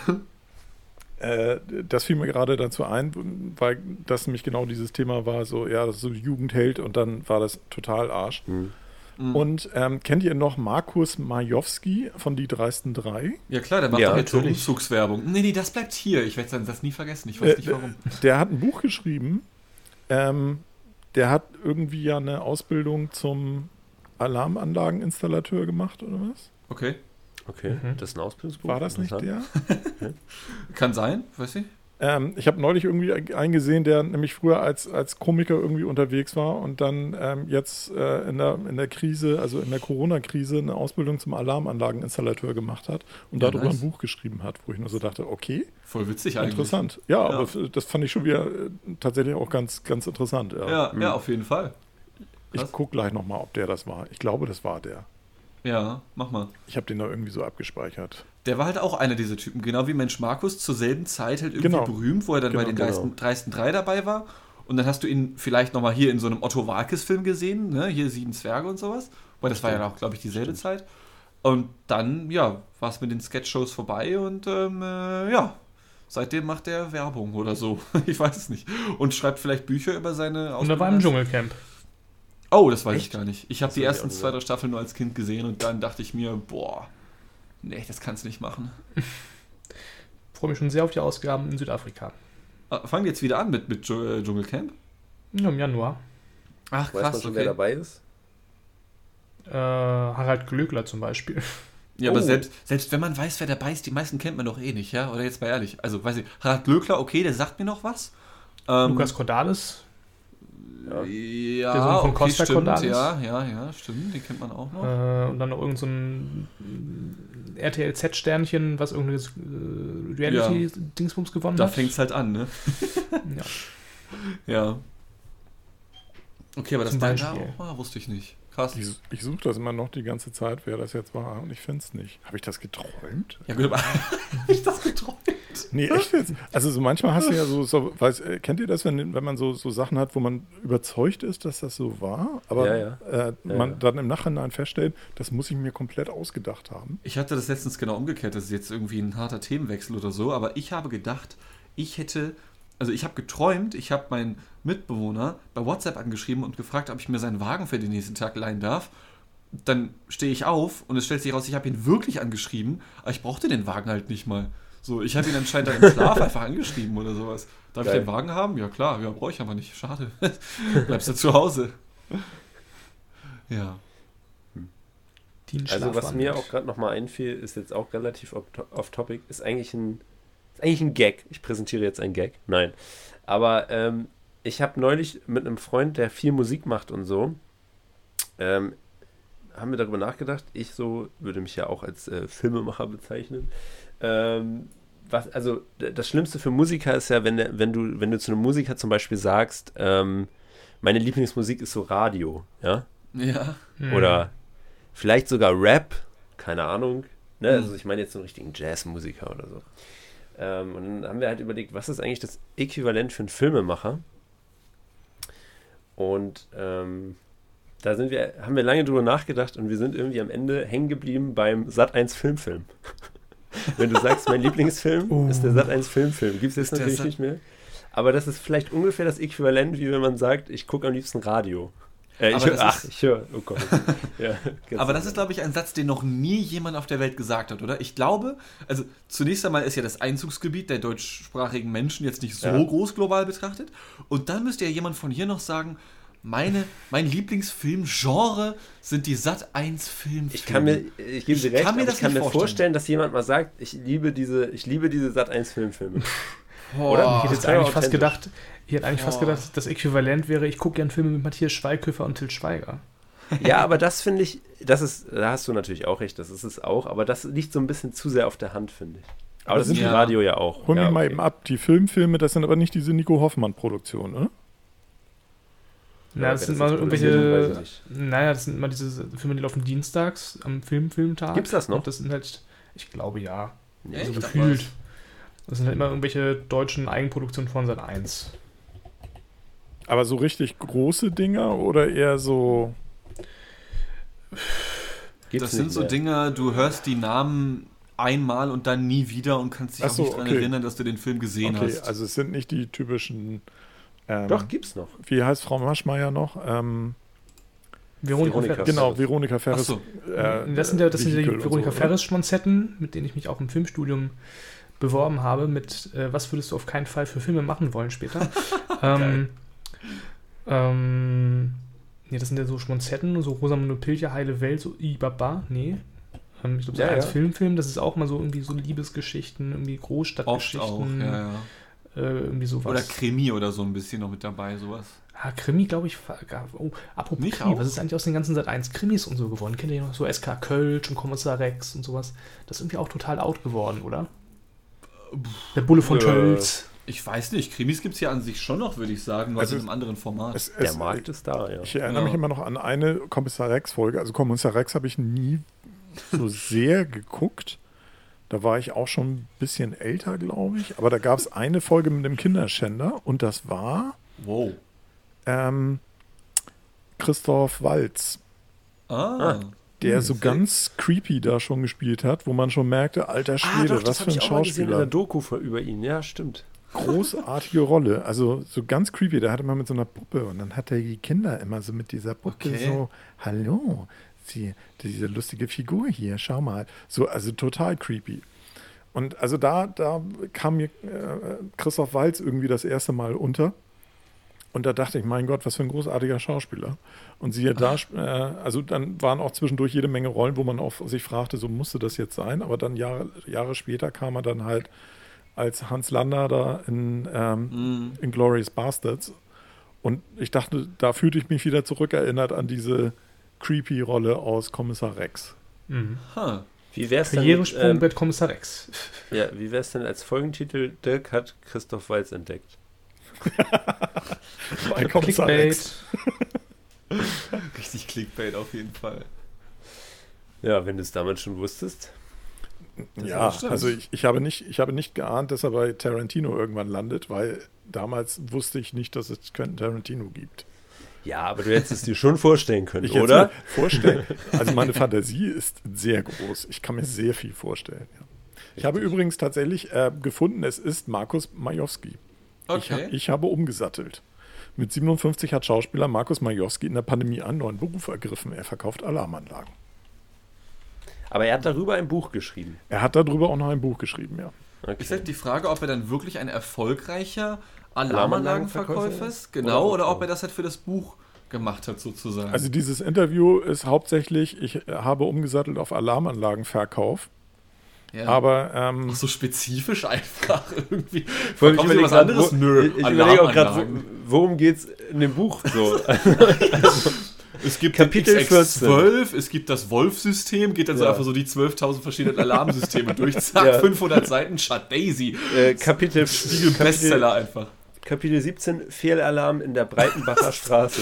äh, das fiel mir gerade dazu ein, weil das nämlich genau dieses Thema war, so, ja, das ist so Jugendheld und dann war das total Arsch. Mhm. Mhm. Und ähm, kennt ihr noch Markus Majowski von Die dreisten drei? Ja klar, der macht ja, doch jetzt so Umzugswerbung. Nee, nee, das bleibt hier. Ich werde das nie vergessen. Ich weiß äh, nicht warum. Der hat ein Buch geschrieben. Ähm, der hat irgendwie ja eine Ausbildung zum Alarmanlageninstallateur gemacht, oder was? Okay. Okay, mhm. Das ist ein Ausbildungsbuch. War das nicht der? Okay. Kann sein, weiß ich. Ähm, ich habe neulich irgendwie einen gesehen, der nämlich früher als, als Komiker irgendwie unterwegs war und dann ähm, jetzt äh, in, der, in der Krise, also in der Corona-Krise, eine Ausbildung zum Alarmanlageninstallateur gemacht hat und ja, darüber nice. ein Buch geschrieben hat, wo ich nur so dachte, okay. Voll witzig eigentlich. Interessant. Ja, ja. aber das fand ich schon wieder äh, tatsächlich auch ganz, ganz interessant. Ja, ja, mhm. ja auf jeden Fall. Ich gucke gleich nochmal, ob der das war. Ich glaube, das war der. Ja, mach mal. Ich habe den da irgendwie so abgespeichert. Der war halt auch einer dieser Typen, genau wie Mensch Markus, zur selben Zeit halt irgendwie genau. berühmt, wo er dann genau, bei den genau. dreisten drei dabei war. Und dann hast du ihn vielleicht nochmal hier in so einem Otto Walkes-Film gesehen, ne? Hier Sieben Zwerge und sowas. Weil das Stimmt. war ja auch, glaube ich, dieselbe Stimmt. Zeit. Und dann, ja, war es mit den Sketch-Shows vorbei und ähm, äh, ja, seitdem macht er Werbung oder so. Ich weiß es nicht. Und schreibt vielleicht Bücher über seine Ausbildung. Und er war im Dschungelcamp. Oh, das weiß Echt? ich gar nicht. Ich habe die ersten zwei, drei Staffeln nur als Kind gesehen und dann dachte ich mir, boah, nee, das kannst du nicht machen. Ich freue mich schon sehr auf die Ausgaben in Südafrika. Ah, fangen die jetzt wieder an mit, mit Dschungelcamp? Ja, im Januar. Ach, krass, Weiß man schon, okay. wer dabei ist? Äh, Harald Glöckler zum Beispiel. Ja, oh. aber selbst, selbst wenn man weiß, wer dabei ist, die meisten kennt man doch eh nicht, ja? Oder jetzt mal ehrlich. Also, weiß ich, Harald Glöckler, okay, der sagt mir noch was. Ähm, Lukas Cordalis. Ja, ja der Sohn von okay, Costa stimmt, Cordalis. ja, ja, ja, stimmt, den kennt man auch noch. Äh, und dann noch irgend so ein R T L Z-Sternchen, was irgendein äh, Reality-Dingsbums gewonnen da hat. Da fängt es halt an, ne? ja. Ja. Okay, aber Zum das da Beispiel. auch, ah, wusste ich nicht. Krass. Ich, ich suche das immer noch die ganze Zeit, wer das jetzt war, und ich finde es nicht. Habe ich das geträumt? Ja gut, aber habe ich das geträumt? Nee, echt jetzt? Also so manchmal hast du ja so, so weiß, kennt ihr das, wenn, wenn man so, so Sachen hat, wo man überzeugt ist, dass das so war, aber ja, ja. Äh, ja, man ja. dann im Nachhinein feststellt, das muss ich mir komplett ausgedacht haben. Ich hatte das letztens genau umgekehrt, das ist jetzt irgendwie ein harter Themenwechsel oder so, aber ich habe gedacht, ich hätte, also ich habe geträumt, ich habe meinen Mitbewohner bei WhatsApp angeschrieben und gefragt, ob ich mir seinen Wagen für den nächsten Tag leihen darf. Dann stehe ich auf und es stellt sich raus, ich habe ihn wirklich angeschrieben, aber ich brauchte den Wagen halt nicht mal. So, ich habe ihn anscheinend dann im Schlaf einfach angeschrieben oder sowas. Darf Geil. ich den Wagen haben? Ja klar, ja, brauche ich aber nicht. Schade. Bleibst du zu Hause. Ja. Also was mir auch gerade nochmal einfiel, ist jetzt auch relativ off-topic, ist eigentlich ein ist eigentlich ein Gag. Ich präsentiere jetzt einen Gag. Nein. Aber ähm, ich habe neulich mit einem Freund, der viel Musik macht und so, ähm, haben wir darüber nachgedacht. Ich so würde mich ja auch als äh, Filmemacher bezeichnen. Ähm, was, also das Schlimmste für Musiker ist ja, wenn, der, wenn, du, wenn du zu einem Musiker zum Beispiel sagst, ähm, meine Lieblingsmusik ist so Radio, ja? Ja. Oder vielleicht sogar Rap, keine Ahnung. Ne? Mhm. Also ich meine jetzt so einen richtigen Jazzmusiker oder so. Ähm, und dann haben wir halt überlegt, was ist eigentlich das Äquivalent für einen Filmemacher? Und ähm, da sind wir, haben wir lange drüber nachgedacht und wir sind irgendwie am Ende hängen geblieben beim Sat eins Filmfilm. Wenn du sagst, mein Lieblingsfilm uh. ist der Sat eins Filmfilm. Gibt es jetzt natürlich Sa- nicht mehr. Aber das ist vielleicht ungefähr das Äquivalent, wie wenn man sagt, ich gucke am liebsten Radio. Äh, ich hör, ach, ist, ich höre. Oh Gott. Ja, aber das ist, glaube ich, ein Satz, den noch nie jemand auf der Welt gesagt hat, oder? Ich glaube, also zunächst einmal ist ja das Einzugsgebiet der deutschsprachigen Menschen jetzt nicht so ja. groß global betrachtet. Und dann müsste ja jemand von hier noch sagen, meine, mein Lieblingsfilmgenre sind die Sat eins Filmfilme. Ich kann mir, ich gebe dir recht, kann mir, das ich kann mir vorstellen. vorstellen, dass jemand mal sagt, ich liebe diese, ich liebe diese Sat eins Filmfilme. Oder? Ich hätte jetzt eigentlich fast gedacht, ich hätte eigentlich oh. fast gedacht, das Äquivalent wäre, ich gucke gerne Filme mit Matthias Schweighöfer und Til Schweiger. Ja, aber das finde ich, das ist, da hast du natürlich auch recht, das ist es auch, aber das liegt so ein bisschen zu sehr auf der Hand, finde ich. Aber das, das sind ja. Radio ja auch. Hol mich ja, mal okay. eben ab, die Filmfilme, das sind aber nicht diese Nico Hoffmann-Produktionen, oder? Na, das, das sind mal irgendwelche. Naja, das sind immer diese Filme, die laufen dienstags am Film, Filmtag. Gibt's das noch? Und das sind halt, ich glaube ja. Ja, also ich gefühlt. Das. das sind halt immer irgendwelche deutschen Eigenproduktionen von Sat eins. Aber so richtig große Dinger oder eher so. Das sind so Dinger, du hörst die Namen einmal und dann nie wieder und kannst dich Ach auch so, nicht daran okay. erinnern, dass du den Film gesehen Okay, hast. also es sind nicht die typischen. Ähm, Doch, gibt's noch. Wie heißt Frau Maschmeyer noch? Ähm, Veronika, Veronika Ferris. genau, Veronika Ferris. So. Äh, das sind ja das sind ja die Vehikel und Veronika so, Ferris-Schmonzetten, mit denen ich mich auch im Filmstudium beworben habe, mit äh, was würdest du auf keinen Fall für Filme machen wollen später. ähm, ähm, nee, das sind ja so Schmonzetten, so Rosamunde Pilcher, Heile Welt, so Ibaba, nee. Ähm, ich glaube, so Ja, als ja. Filmfilm, das ist auch mal so irgendwie so Liebesgeschichten, irgendwie Oft Großstadtgeschichten. auch, ja, ja. Äh, irgendwie sowas. Oder Krimi oder so ein bisschen noch mit dabei, sowas. Ah, Krimi, glaube ich. Oh, apropos Nicht Krimi, auch? was ist eigentlich aus den ganzen Sat eins Krimis und so geworden? Kennt ihr noch so S K Kölsch und Kommissar Rex und sowas? Das ist irgendwie auch total out geworden, oder? Der Bulle von Äh, Tölz. Ich weiß nicht, Krimis gibt es ja an sich schon noch, würde ich sagen, nur Also in einem anderen Format. Es, Der es, Markt ist da, ja. Ich erinnere Ja. mich immer noch an eine Kommissar Rex-Folge. Also Kommissar Rex habe ich nie so sehr geguckt. Da war ich auch schon ein bisschen älter, glaube ich. Aber da gab es eine Folge mit dem Kinderschänder und das war Wow. ähm, Christoph Waltz, Ah. der Hm, so sehr- ganz creepy da schon gespielt hat, wo man schon merkte, alter Schwede, was für ein In Schauspieler. der Doku vor- über ihn, ja, stimmt. Großartige Rolle. Also so ganz creepy. Der hatte mal mit so einer Puppe und dann hat er die Kinder immer so mit dieser Puppe Okay. so, hallo, sie, diese lustige Figur hier, schau mal. So, also total creepy. Und also da, da kam mir äh, Christoph Waltz irgendwie das erste Mal unter. Und da dachte ich, mein Gott, was für ein großartiger Schauspieler. Und siehe da, äh, also dann waren auch zwischendurch jede Menge Rollen, wo man auch sich fragte, so musste das jetzt sein. Aber dann Jahre, Jahre später kam er dann halt als Hans Lander da in, ähm, Mhm. in Glorious Bastards. Und ich dachte, da fühlte ich mich wieder zurückerinnert an diese creepy Rolle aus Kommissar Rex. Mhm. Huh. Wie wär's denn, Karrieresprung ähm, bei Kommissar Rex. ja, wie wär's denn als Folgentitel? Dirk hat Christoph Waltz entdeckt. Bei Kommissar Rex. Richtig Clickbait auf jeden Fall. Ja, wenn du es damals schon wusstest. Ja, stimmt. also ich, ich, habe nicht, ich habe nicht geahnt, dass er bei Tarantino irgendwann landet, weil damals wusste ich nicht, dass es Quentin Tarantino gibt. Ja, aber du hättest es dir schon vorstellen können, Ich hätte oder? mir vorstellen. Also meine Fantasie ist sehr groß. Ich kann mir sehr viel vorstellen. Ja. Ich habe übrigens tatsächlich äh, gefunden, es ist Markus Majowski. Ich, hab, Okay. ich habe umgesattelt. Mit siebenundfünfzig hat Schauspieler Markus Majowski in der Pandemie einen neuen Beruf ergriffen. Er verkauft Alarmanlagen. Aber er hat darüber ein Buch geschrieben. Er hat darüber auch noch ein Buch geschrieben, ja. Okay. Ist halt die Frage, ob er dann wirklich ein erfolgreicher Alarmanlagenverkäufer Alarmanlagenverkäufer ist, ist? genau, Oder oder, auch ob er das halt für das Buch gemacht hat, sozusagen. Also dieses Interview ist hauptsächlich, ich habe umgesattelt auf Alarmanlagenverkauf. ja. Aber ähm, Ach, so spezifisch einfach irgendwie. Vor allem, Verkaufen ich Sie überlege was grad, anderes? wo- Nö, Ich, ich überlege auch gerade, Alarmanlagen. wo, worum geht's in dem Buch so? Es gibt Kapitel den X X zwölf, es gibt das Wolf-System, geht dann so Ja. einfach so die zwölftausend verschiedenen Alarmsysteme durch. Zack, Ja. fünfhundert Seiten, Shut Daisy. äh, Kapitel, Spiegel Kapitel, Bestseller einfach. Kapitel siebzehn, Fehlalarm in der Breitenbacher Straße.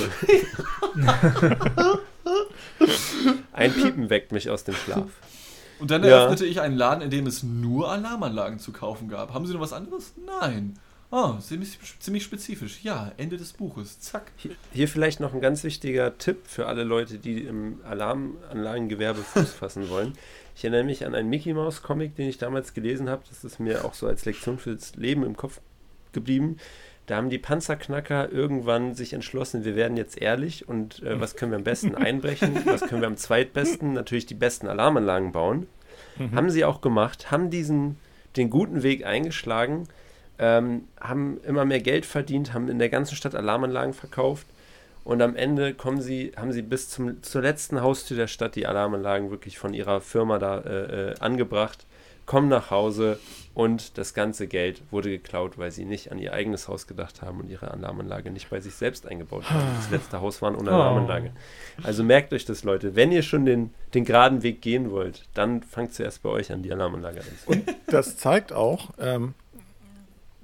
Ein Piepen weckt mich aus dem Schlaf. Und dann Ja. eröffnete ich einen Laden, in dem es nur Alarmanlagen zu kaufen gab. Haben Sie noch was anderes? Nein. Oh, ziemlich, ziemlich spezifisch. Ja, Ende des Buches. Zack. Hier, hier vielleicht noch ein ganz wichtiger Tipp für alle Leute, die im Alarmanlagengewerbe Fuß fassen wollen. Ich erinnere mich an einen Mickey-Maus-Comic, den ich damals gelesen habe. Das ist mir auch so als Lektion fürs Leben im Kopf geblieben. Da haben die Panzerknacker irgendwann sich entschlossen, wir werden jetzt ehrlich und äh, was können wir am besten einbrechen, was können wir am zweitbesten, natürlich die besten Alarmanlagen bauen. Mhm. Haben sie auch gemacht, haben diesen, den guten Weg eingeschlagen, ähm, haben immer mehr Geld verdient, haben in der ganzen Stadt Alarmanlagen verkauft und am Ende kommen sie, haben sie bis zum, zur letzten Haustür der Stadt die Alarmanlagen wirklich von ihrer Firma da äh, äh, angebracht, kommen nach Hause und das ganze Geld wurde geklaut, weil sie nicht an ihr eigenes Haus gedacht haben und ihre Alarmanlage nicht bei sich selbst eingebaut haben. Das letzte Haus war ohne Alarmanlage. Also merkt euch das, Leute. Wenn ihr schon den, den geraden Weg gehen wollt, dann fangt zuerst bei euch an, die Alarmanlage anzuziehen. und das zeigt auch, ähm,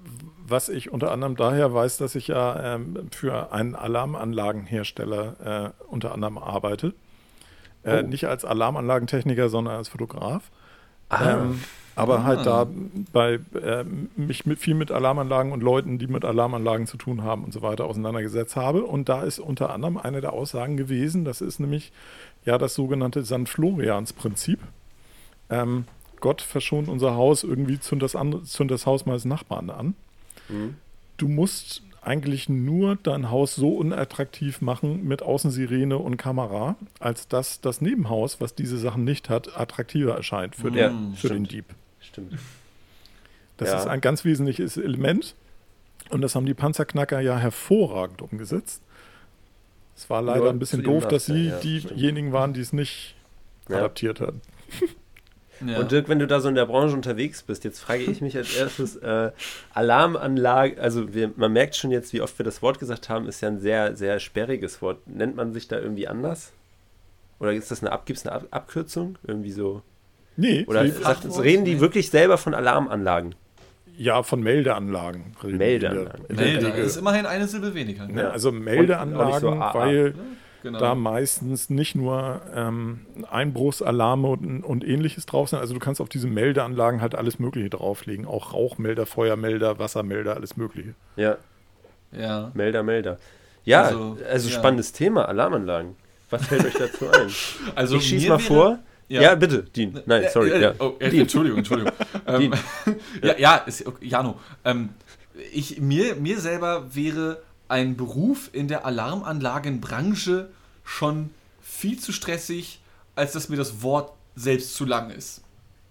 was ich unter anderem daher weiß, dass ich ja ähm, für einen Alarmanlagenhersteller äh, unter anderem arbeite. Äh, oh. Nicht als Alarmanlagentechniker, sondern als Fotograf. Ah. Ähm, aber Ah. halt da bei äh, mich mit, viel mit Alarmanlagen und Leuten, die mit Alarmanlagen zu tun haben und so weiter auseinandergesetzt habe. Und da ist unter anderem eine der Aussagen gewesen, das ist nämlich ja das sogenannte Sankt Florians-Prinzip. Ähm, Gott verschont unser Haus, irgendwie zündet das, andere, zündet das Haus meines Nachbarn an. Mhm. Du musst eigentlich nur dein Haus so unattraktiv machen mit Außensirene und Kamera, als dass das Nebenhaus, was diese Sachen nicht hat, attraktiver erscheint für, ja, den, für den Dieb. Stimmt. Das ja. ist ein ganz wesentliches Element und das haben die Panzerknacker ja hervorragend umgesetzt. Es war leider Nur ein bisschen zu ihrem doof, dass sie Nachteil, ja, diejenigen waren, die es nicht ja. adaptiert hatten. Ja. Und Dirk, wenn du da so in der Branche unterwegs bist, jetzt frage ich mich als erstes, äh, Alarmanlage, also wir, man merkt schon jetzt, wie oft wir das Wort gesagt haben, ist ja ein sehr, sehr sperriges Wort. Nennt man sich da irgendwie anders? Oder ist das eine, Ab, gibt's eine Ab, Abkürzung? Irgendwie so? Nee. Oder die, sagt, reden die wirklich selber von Alarmanlagen? Ja, von Meldeanlagen. Meldeanlagen. Melder ist immerhin eine Silbe weniger. Ja, also Meldeanlagen, so A A. weil Genau. da meistens nicht nur ähm, Einbruchsalarme und, und ähnliches drauf sind. Also du kannst auf diese Meldeanlagen halt alles Mögliche drauflegen. Auch Rauchmelder, Feuermelder, Wassermelder, alles Mögliche. Ja. Ja. Melder, Melder. Ja, also, Also, ja. spannendes Thema, Alarmanlagen. Was fällt euch dazu ein? Also ich schieß mir mal wäre, vor. Ja. ja, bitte, Dean. Nein, sorry. Äh, äh, ja. oh, äh, Entschuldigung, Entschuldigung. ähm, ja, ja, ist, okay, Jano. Ähm, ich, mir, mir selber wäre ein Beruf in der Alarmanlagenbranche schon viel zu stressig, als dass mir das Wort selbst zu lang ist.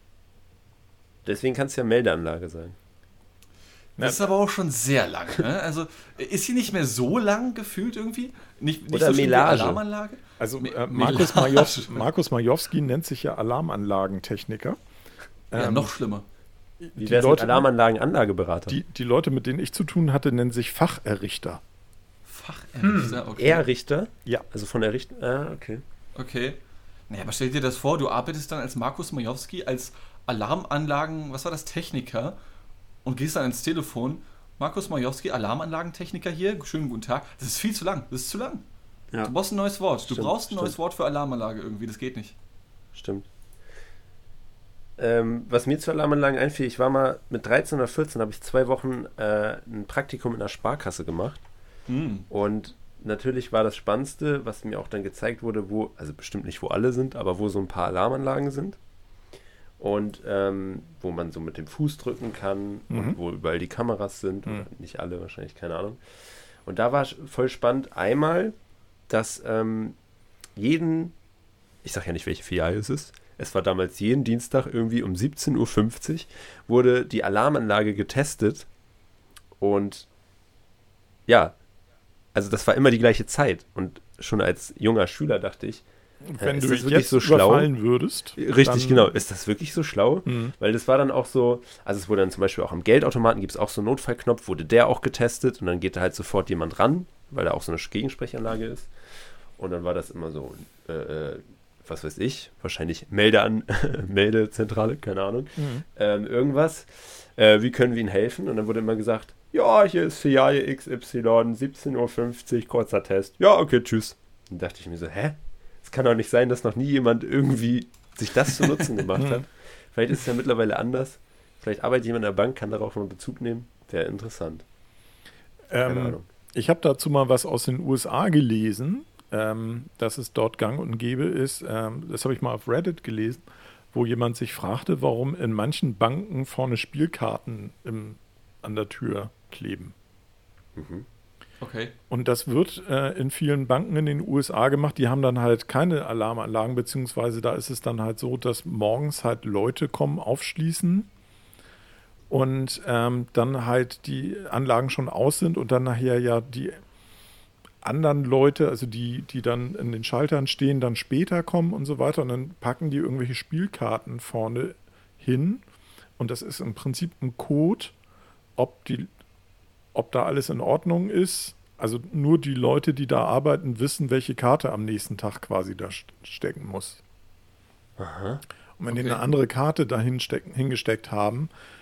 Deswegen kann es ja Meldeanlage sein. Das ist aber auch schon sehr lang. Ne? Also ist sie nicht mehr so lang gefühlt irgendwie? Nicht, nicht Oder so Melage. Alarmanlage? Also Me- äh, Markus, Melage. Majowski, Markus Majowski nennt sich ja Alarmanlagentechniker. Ja, Ähm, noch schlimmer. Wie die wäre es mit Leute, Alarmanlagen-Anlageberater? die, die Leute, mit denen ich zu tun hatte, nennen sich Facherrichter. Facherrichter, okay. Errichter? Ja. Also von Errichter? Ah, okay. Okay. Naja, aber stell dir das vor, du arbeitest dann als Markus Majowski, als Alarmanlagen, was war das, Techniker und gehst dann ins Telefon. Markus Majowski, Alarmanlagentechniker hier, schönen guten Tag. Das ist viel zu lang, das ist zu lang. Ja. Du brauchst ein neues Wort. Du Stimmt, brauchst ein stimmt. neues Wort für Alarmanlage irgendwie, das geht nicht. Stimmt. Ähm, was mir zu Alarmanlagen einfiel, ich war mal mit dreizehn oder vierzehn, habe ich zwei Wochen äh, ein Praktikum in einer Sparkasse gemacht. Hm. Und natürlich war das Spannendste, was mir auch dann gezeigt wurde, wo, also bestimmt nicht wo alle sind, aber wo so ein paar Alarmanlagen sind. Und ähm, wo man so mit dem Fuß drücken kann Mhm. und wo überall die Kameras sind. Mhm. Oder nicht alle, wahrscheinlich, keine Ahnung. Und da war voll spannend einmal, dass ähm, jeden, ich sag ja nicht, welche Filiale es ist, es war damals jeden Dienstag irgendwie um siebzehn Uhr fünfzig wurde die Alarmanlage getestet und ja, also das war immer die gleiche Zeit und schon als junger Schüler dachte ich, Wenn äh, ist du das wirklich jetzt so schlau? überfallen würdest. Richtig, dann- genau. Ist das wirklich so schlau? Mhm. Weil das war dann auch so, also es wurde dann zum Beispiel auch am Geldautomaten gibt es auch so einen Notfallknopf, wurde der auch getestet und dann geht da halt sofort jemand ran, weil da auch so eine Gegensprechanlage ist. Und dann war das immer so, äh, äh, was weiß ich, wahrscheinlich Melde an, Meldezentrale, keine Ahnung, Mhm. ähm, irgendwas. Äh, wie können wir Ihnen helfen? Und dann wurde immer gesagt, ja, hier ist Filiale X Y, siebzehn Uhr fünfzig, kurzer Test. Ja, okay, tschüss. Dann dachte ich mir so, hä? Es kann doch nicht sein, dass noch nie jemand irgendwie sich das zu Nutzen gemacht hat. Vielleicht ist es ja mittlerweile anders. Vielleicht arbeitet jemand in der Bank, kann darauf mal Bezug nehmen. Wäre interessant. Keine Ähm, Ahnung. ich habe dazu mal was aus den U S A gelesen, ähm, dass es dort gang und gäbe ist. Ähm, das habe ich mal auf Reddit gelesen, wo jemand sich fragte, warum in manchen Banken vorne Spielkarten im, an der Tür kleben. Mhm. Okay. Und das wird äh, in vielen Banken in den U S A gemacht. Die haben dann halt keine Alarmanlagen, beziehungsweise da ist es dann halt so, dass morgens halt Leute kommen, aufschließen und ähm, dann halt die Anlagen schon aus sind und dann nachher ja die anderen Leute, also die, die dann in den Schaltern stehen, dann später kommen und so weiter und dann packen die irgendwelche Spielkarten vorne hin und das ist im Prinzip ein Code, ob die ob da alles in Ordnung ist. Also nur die Leute, die da arbeiten, wissen, welche Karte am nächsten Tag quasi da st- stecken muss. Aha. Und wenn die Okay. eine andere Karte dahin stecken, hingesteckt haben,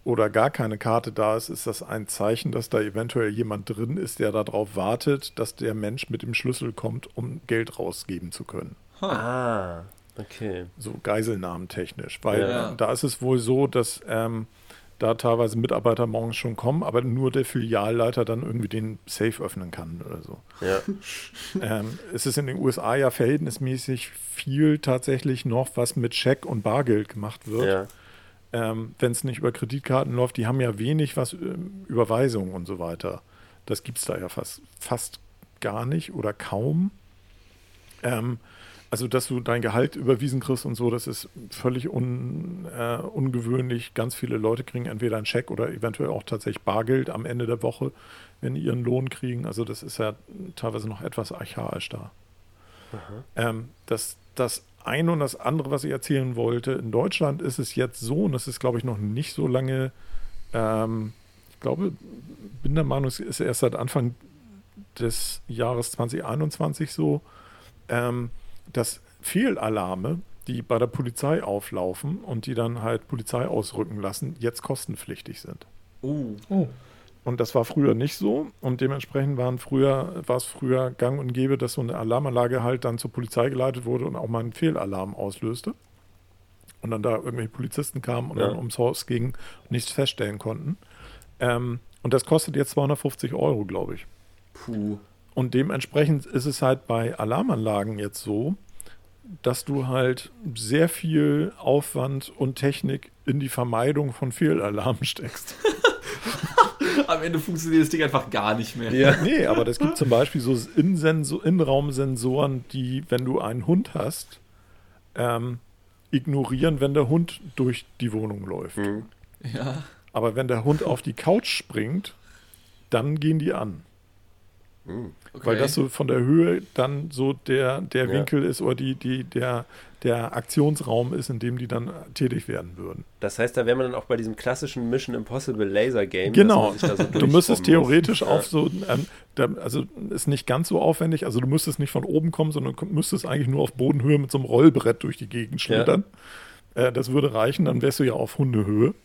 oder gar keine Karte da ist, ist das ein Zeichen, dass da eventuell jemand drin ist, der darauf wartet, dass der Mensch mit dem Schlüssel kommt, um Geld rausgeben zu können. Huh. Ah, okay. So geiselnahmentechnisch. Weil ja. da ist es wohl so, dass ähm, da teilweise Mitarbeiter morgens schon kommen, aber nur der Filialleiter dann irgendwie den Safe öffnen kann oder so. Ja. ähm, es ist in den U S A ja verhältnismäßig viel tatsächlich noch, was mit Scheck und Bargeld gemacht wird. Ja. Ähm, wenn es nicht über Kreditkarten läuft, die haben ja wenig was ähm, Überweisungen und so weiter. Das gibt es da ja fast, fast gar nicht oder kaum. Ähm, also, dass du dein Gehalt überwiesen kriegst und so, das ist völlig un, äh, ungewöhnlich. Ganz viele Leute kriegen entweder einen Scheck oder eventuell auch tatsächlich Bargeld am Ende der Woche, wenn die ihren Lohn kriegen. Also das ist ja teilweise noch etwas archaisch da. Ähm, das, das eine und das andere, was ich erzählen wollte, in Deutschland ist es jetzt so, und das ist, glaube ich, noch nicht so lange, ähm, ich glaube, bin der Meinung, es ist erst seit Anfang des Jahres zwanzig einundzwanzig so, ähm, dass Fehlalarme, die bei der Polizei auflaufen und die dann halt Polizei ausrücken lassen, jetzt kostenpflichtig sind. Oh. Oh. Und das war früher nicht so und dementsprechend waren früher, war es früher gang und gäbe, dass so eine Alarmanlage halt dann zur Polizei geleitet wurde und auch mal einen Fehlalarm auslöste. Und dann da irgendwelche Polizisten kamen und ja. dann ums Haus gingen und nichts feststellen konnten. Ähm, und das kostet jetzt zweihundertfünfzig Euro, glaube ich. Puh. Und dementsprechend ist es halt bei Alarmanlagen jetzt so, dass du halt sehr viel Aufwand und Technik in die Vermeidung von Fehlalarmen steckst. Am Ende funktioniert das Ding einfach gar nicht mehr. Ja. Nee, aber es gibt zum Beispiel so Innensensor- Innenraumsensoren, die, wenn du einen Hund hast, ähm, ignorieren, wenn der Hund durch die Wohnung läuft. Mhm. Ja. Aber wenn der Hund auf die Couch springt, dann gehen die an. Mhm. Okay. Weil das so von der Höhe dann so der, der Ja. Winkel ist oder die, die, der, der Aktionsraum ist, in dem die dann tätig werden würden. Das heißt, da wäre man dann auch bei diesem klassischen Mission Impossible Laser Game. Genau. dass man sich da so Du müsstest durchformen theoretisch muss. auf so, ähm, da, also ist nicht ganz so aufwendig, also du müsstest nicht von oben kommen, sondern du müsstest eigentlich nur auf Bodenhöhe mit so einem Rollbrett durch die Gegend schlittern. Ja. Äh, das würde reichen, dann wärst du ja auf Hundehöhe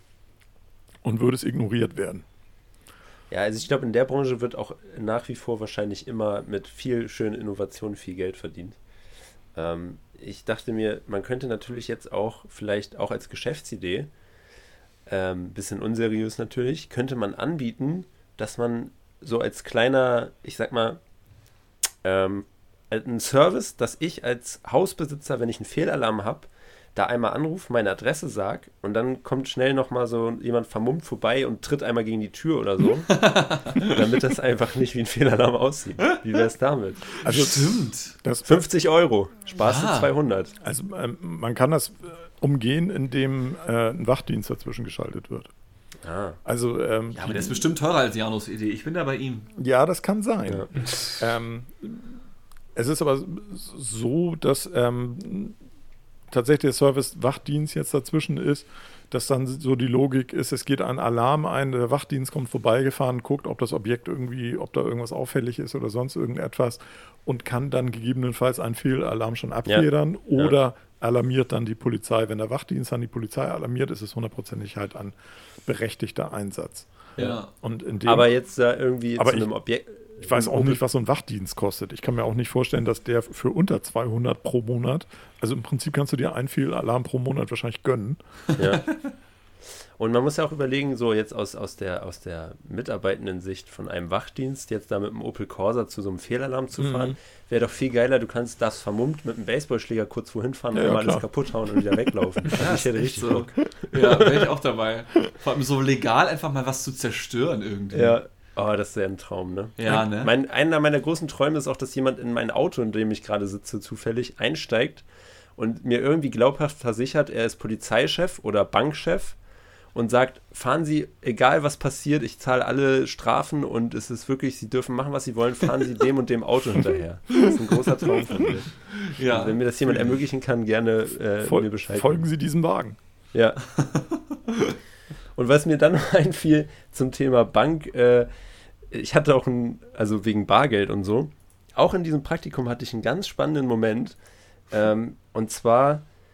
und würdest ignoriert werden. Ja, also ich glaube, in der Branche wird auch nach wie vor wahrscheinlich immer mit viel schönen Innovationen viel Geld verdient. Ähm, ich dachte mir, man könnte natürlich jetzt auch, vielleicht auch als Geschäftsidee, ähm, bisschen unseriös natürlich, könnte man anbieten, dass man so als kleiner, ich sag mal, ähm, ein Service, dass ich als Hausbesitzer, wenn ich einen Fehlalarm habe, da einmal anrufe, meine Adresse sag und dann kommt schnell nochmal so jemand vermummt vorbei und tritt einmal gegen die Tür oder so, damit das einfach nicht wie ein Fehlalarm aussieht. Wie wäre es damit? Also Stimmt. Das, fünfzig Euro, sparst Ja. du zweihundert. also ähm, man kann das äh, umgehen, indem äh, ein Wachdienst dazwischen geschaltet wird. Ah. Also ähm, Ja, aber der ist bestimmt teurer als Janus Idee. Ich bin da bei ihm. ja, das kann sein. Ja. Ähm, es ist aber so, dass ähm, tatsächlich der Service-Wachdienst jetzt dazwischen ist, dass dann so die Logik ist, es geht ein Alarm ein, der Wachdienst kommt vorbeigefahren, guckt, ob das Objekt irgendwie, ob da irgendwas auffällig ist oder sonst irgendetwas und kann dann gegebenenfalls einen Fehlalarm schon abfedern Ja. oder Ja. alarmiert dann die Polizei. Wenn der Wachdienst dann die Polizei alarmiert, ist es hundertprozentig halt ein berechtigter Einsatz. Ja. Und in dem, Aber jetzt da irgendwie Aber zu ich- einem Objekt. ich weiß auch nicht, was so ein Wachdienst kostet. Ich kann mir auch nicht vorstellen, dass der für unter zweihundert pro Monat, also im Prinzip kannst du dir einen Fehlalarm pro Monat wahrscheinlich gönnen. Ja. Und man muss ja auch überlegen, so jetzt aus, aus, der, aus der mitarbeitenden Sicht von einem Wachdienst, jetzt da mit dem Opel Corsa zu so einem Fehlalarm zu fahren, Mhm. wäre doch viel geiler, du kannst das vermummt mit einem Baseballschläger kurz wohin fahren Ja, und ja, mal alles klar. kaputt hauen und wieder weglaufen. Ja, ich hätte ist richtig echt so. Bock. Ja, wäre ich auch dabei. Vor allem so legal einfach mal was zu zerstören irgendwie. Ja. Oh, das wäre ein Traum, ne? Ja, mein, ne? Mein, einer meiner großen Träume ist auch, dass jemand in mein Auto, in dem ich gerade sitze, zufällig einsteigt und mir irgendwie glaubhaft versichert, er ist Polizeichef oder Bankchef und sagt, fahren Sie, egal was passiert, ich zahle alle Strafen und es ist wirklich, Sie dürfen machen, was Sie wollen, fahren Sie dem und dem Auto hinterher. Das ist ein großer Traum von mir. Ja. Also wenn mir das jemand ermöglichen kann, gerne äh, Fol- mir Bescheid Folgen Sie diesem Wagen. Ja. Und was mir dann noch einfiel zum Thema Bank, äh, ich hatte auch ein, also wegen Bargeld und so, auch in diesem Praktikum hatte ich einen ganz spannenden Moment. Ähm, und zwar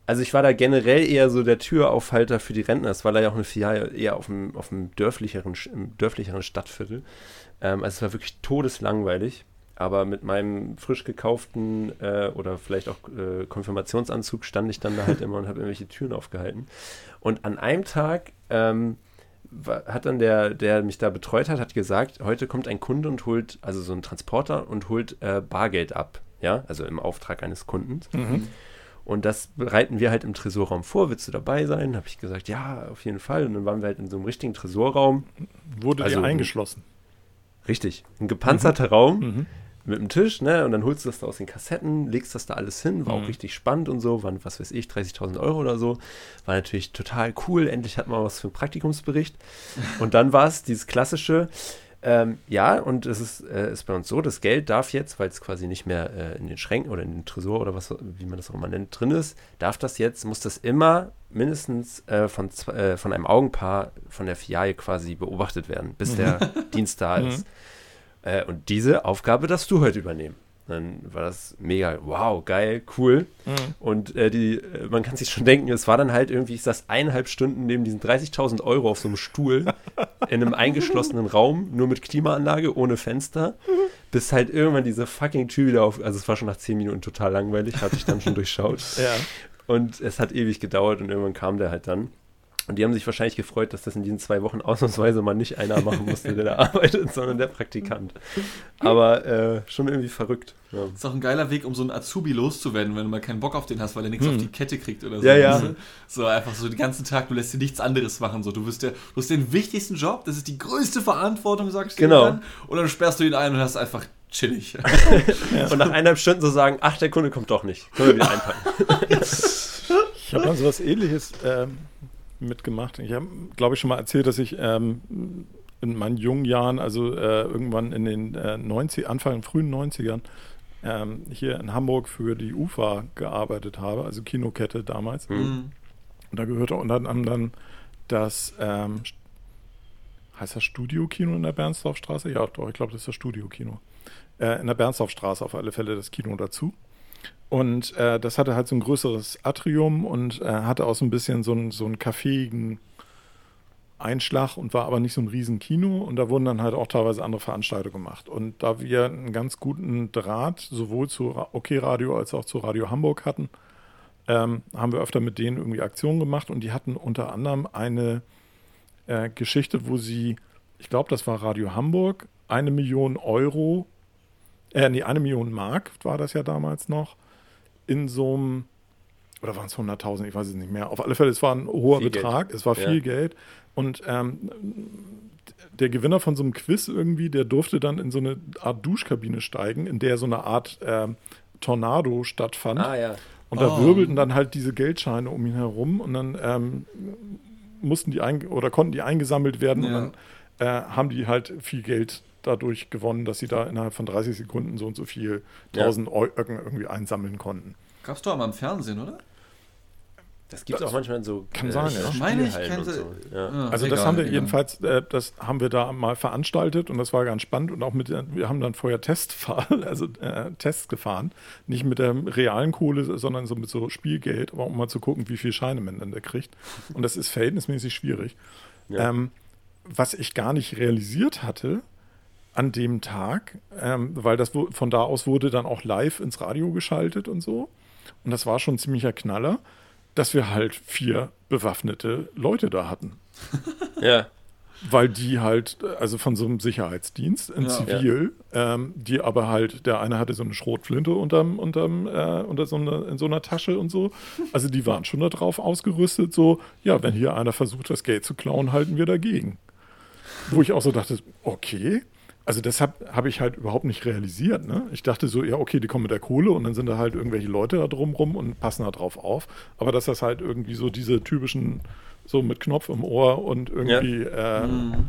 Also ich war da generell eher so der Türaufhalter für die Rentner. Es war da ja auch eine Filiale eher auf dem, auf dem dörflicheren, im dörflicheren Stadtviertel. Ähm, also es war wirklich todeslangweilig. Aber mit meinem frisch gekauften äh, oder vielleicht auch äh, Konfirmationsanzug stand ich dann da halt immer und habe irgendwelche Türen aufgehalten. Und an einem Tag ähm, war, hat dann der, der mich da betreut hat, hat gesagt, heute kommt ein Kunde und holt, also so ein Transporter und holt äh, Bargeld ab. Ja, also im Auftrag eines Kundens. Mhm. Und das bereiten wir halt im Tresorraum vor. Willst du dabei sein? Habe ich gesagt, ja, auf jeden Fall. Und dann waren wir halt in so einem richtigen Tresorraum. Wurde also dir eingeschlossen? Ein, richtig. Ein gepanzerter mhm. Raum mhm. mit einem Tisch, ne? Und dann holst du das da aus den Kassetten, legst das da alles hin. War mhm. auch richtig spannend und so. Waren, was weiß ich, dreißigtausend Euro oder so. War natürlich total cool. Endlich hat man was für einen Praktikumsbericht. Und dann war es dieses klassische, Ähm, ja, und es ist, äh, ist bei uns so, das Geld darf jetzt, weil es quasi nicht mehr äh, in den Schränken oder in den Tresor oder was, wie man das auch immer nennt, drin ist, darf das jetzt, muss das immer mindestens äh, von, äh, von einem Augenpaar von der Filiale quasi beobachtet werden, bis der Dienst da ist. Äh, und diese Aufgabe darfst du heute übernehmen. Dann war das mega, wow, geil, cool. Mhm. Und äh, die, äh, man kann sich schon denken, es war dann halt irgendwie, ich saß eineinhalb Stunden neben diesen dreißigtausend Euro auf so einem Stuhl in einem eingeschlossenen Raum, nur mit Klimaanlage, ohne Fenster, bis halt irgendwann diese fucking Tür wieder auf, also es war schon nach zehn Minuten total langweilig, hatte ich dann schon durchschaut. Ja. Und es hat ewig gedauert und irgendwann kam der halt dann. Und die haben sich wahrscheinlich gefreut, dass das in diesen zwei Wochen ausnahmsweise mal nicht einer machen musste, der da arbeitet, sondern der Praktikant. Aber äh, schon irgendwie verrückt. Ja. Das ist auch ein geiler Weg, um so einen Azubi loszuwerden, wenn du mal keinen Bock auf den hast, weil er nichts hm. auf die Kette kriegt oder so. Ja, ja. So einfach so den ganzen Tag, du lässt dir nichts anderes machen. So, du, wirst der, du hast den wichtigsten Job, das ist die größte Verantwortung, sagst du. Genau. Dann, und dann sperrst du ihn ein und hast einfach chillig. Ja. Und nach eineinhalb Stunden so sagen, ach, der Kunde kommt doch nicht. Können wir wieder einpacken. Ich habe mal so was Ähnliches ähm, mitgemacht. Ich habe, glaube ich, schon mal erzählt, dass ich ähm, in meinen jungen Jahren, also äh, irgendwann in den äh, neunzig, Anfang, frühen neunzigern, ähm, hier in Hamburg für die U F A gearbeitet habe, also Kinokette damals. Mhm. Und da gehörte unter anderem dann das, ähm, heißt das Studio-Kino in der Bernsdorfstraße? Ja, doch, ich glaube, das ist das Studio-Kino. Äh, in der Bernsdorfstraße auf alle Fälle das Kino dazu. Und äh, das hatte halt so ein größeres Atrium und äh, hatte auch so ein bisschen so, ein, so einen caféigen Einschlag und war aber nicht so ein riesen Kino. Und da wurden dann halt auch teilweise andere Veranstaltungen gemacht. Und da wir einen ganz guten Draht sowohl zu OK Radio als auch zu Radio Hamburg hatten, ähm, haben wir öfter mit denen irgendwie Aktionen gemacht. Und die hatten unter anderem eine äh, Geschichte, wo sie, ich glaube, das war Radio Hamburg, eine Million Euro, äh, nee, eine Million Mark war das ja damals noch, in so einem, oder waren es hunderttausend, ich weiß es nicht mehr. Auf alle Fälle, es war ein hoher viel Betrag, Geld. Es war viel ja. Geld. Und ähm, der Gewinner von so einem Quiz irgendwie, der durfte dann in so eine Art Duschkabine steigen, in der so eine Art ähm, Tornado stattfand. Ah, ja. Und da oh. wirbelten dann halt diese Geldscheine um ihn herum und dann ähm, mussten die ein, oder konnten die eingesammelt werden ja. und dann äh, haben die halt viel Geld dadurch gewonnen, dass sie da innerhalb von dreißig Sekunden so und so viel tausend ja. Öcken irgendwie einsammeln konnten. Gab's doch mal im Fernsehen, oder? Das gibt es auch manchmal in so kann äh, sein, ja. Ich meine, ich kenne so. ja. ja, Also egal, das haben wir egal. jedenfalls, äh, das haben wir da mal veranstaltet und das war ganz spannend und auch mit, wir haben dann vorher Testfahren, also äh, Tests gefahren, nicht mit der realen Kohle, sondern so mit so Spielgeld, aber um mal zu gucken, wie viel Scheine man dann da kriegt. Und das ist verhältnismäßig schwierig. Ja. Ähm, was ich gar nicht realisiert hatte, an dem Tag, ähm, weil das von da aus wurde dann auch live ins Radio geschaltet und so. Und das war schon ein ziemlicher Knaller, dass wir halt vier bewaffnete Leute da hatten. Ja. Weil die halt, also von so einem Sicherheitsdienst in ja. Zivil, ja. Ähm, die aber halt, der eine hatte so eine Schrotflinte unterm, unterm, äh, unter so eine, in so einer Tasche und so. Also die waren schon darauf ausgerüstet, so, ja, wenn hier einer versucht, das Geld zu klauen, halten wir dagegen. Wo ich auch so dachte, okay. Also deshalb habe ich halt überhaupt nicht realisiert. Ne? Ich dachte so, ja, okay, die kommen mit der Kohle und dann sind da halt irgendwelche Leute da drumrum und passen da drauf auf. Aber dass das halt irgendwie so diese typischen, so mit Knopf im Ohr und irgendwie ja. äh, mhm.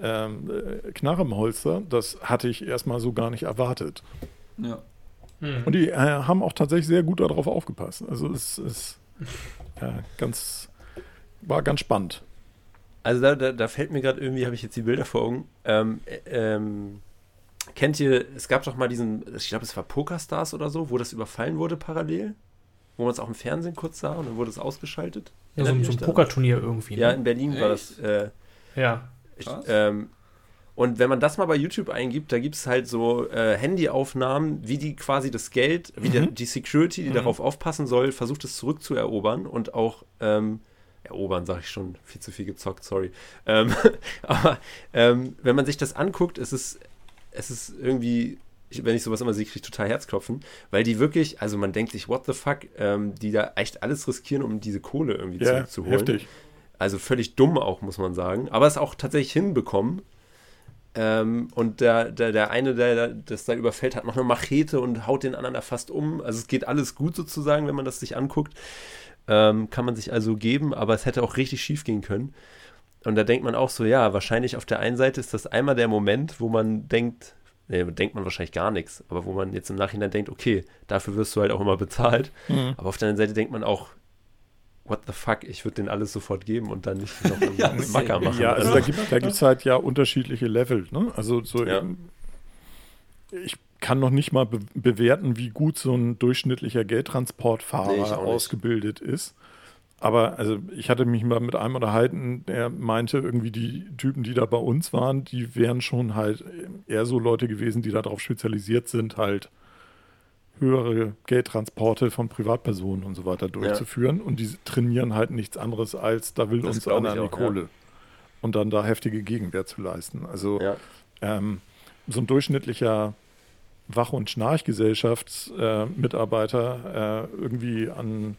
äh, Knarre im Holster, das hatte ich erstmal so gar nicht erwartet. Ja. Mhm. Und die äh, haben auch tatsächlich sehr gut darauf aufgepasst. Also es ist äh, ganz, war ganz spannend. Also da, da, da fällt mir gerade irgendwie, habe ich jetzt die Bilder vor Augen. Ähm, ähm, kennt ihr, es gab doch mal diesen, ich glaube es war PokerStars oder so, wo das überfallen wurde parallel. wo man es auch im Fernsehen kurz sah und dann wurde es ausgeschaltet. Ja, so, so ein Pokerturnier irgendwie. Ne? Ja, in Berlin Echt? war das. Äh, ja. Ich, ähm, und wenn man das mal bei YouTube eingibt, da gibt es halt so äh, Handyaufnahmen, wie die quasi das Geld, wie mhm. der, die Security, die mhm. darauf aufpassen soll, versucht es zurückzuerobern und auch ähm, erobern, sage ich schon, viel zu viel gezockt, sorry. Ähm, aber ähm, wenn man sich das anguckt, ist es, es ist irgendwie, ich, wenn ich sowas immer sehe, kriege ich total Herzklopfen, weil die wirklich, also man denkt sich, what the fuck, ähm, die da echt alles riskieren, um diese Kohle irgendwie ja, zurückzuholen. Heftig. Also völlig dumm auch, muss man sagen, aber es auch tatsächlich hinbekommen. Ähm, und der, der, der eine, der das da überfällt, hat noch eine Machete und haut den anderen da fast um. Also es geht alles gut sozusagen, wenn man das sich anguckt. Ähm, kann man sich also geben, aber es hätte auch richtig schief gehen können. Und da denkt man auch so, ja, wahrscheinlich auf der einen Seite ist das einmal der Moment, wo man denkt, ne, denkt man wahrscheinlich gar nichts, aber wo man jetzt im Nachhinein denkt, okay, dafür wirst du halt auch immer bezahlt. Mhm. Aber auf der anderen Seite denkt man auch, what the fuck, ich würde denen alles sofort geben und dann nicht noch einen ja, Macker machen. Ja, also da gibt es da gibt's halt ja unterschiedliche Level, ne? Also so ja. eben, ich kann noch nicht mal be- bewerten, wie gut so ein durchschnittlicher Geldtransportfahrer nee, ausgebildet ist. Aber also ich hatte mich mal mit einem unterhalten, der meinte, irgendwie die Typen, die da bei uns waren, die wären schon halt eher so Leute gewesen, die darauf spezialisiert sind, halt höhere Geldtransporte von Privatpersonen und so weiter durchzuführen. Ja. Und die trainieren halt nichts anderes als, da will das uns einer an die Kohle. Ja. Und dann da heftige Gegenwehr zu leisten. Also ja. ähm, so ein durchschnittlicher Wach- und Schnarchgesellschaftsmitarbeiter äh, äh, irgendwie an,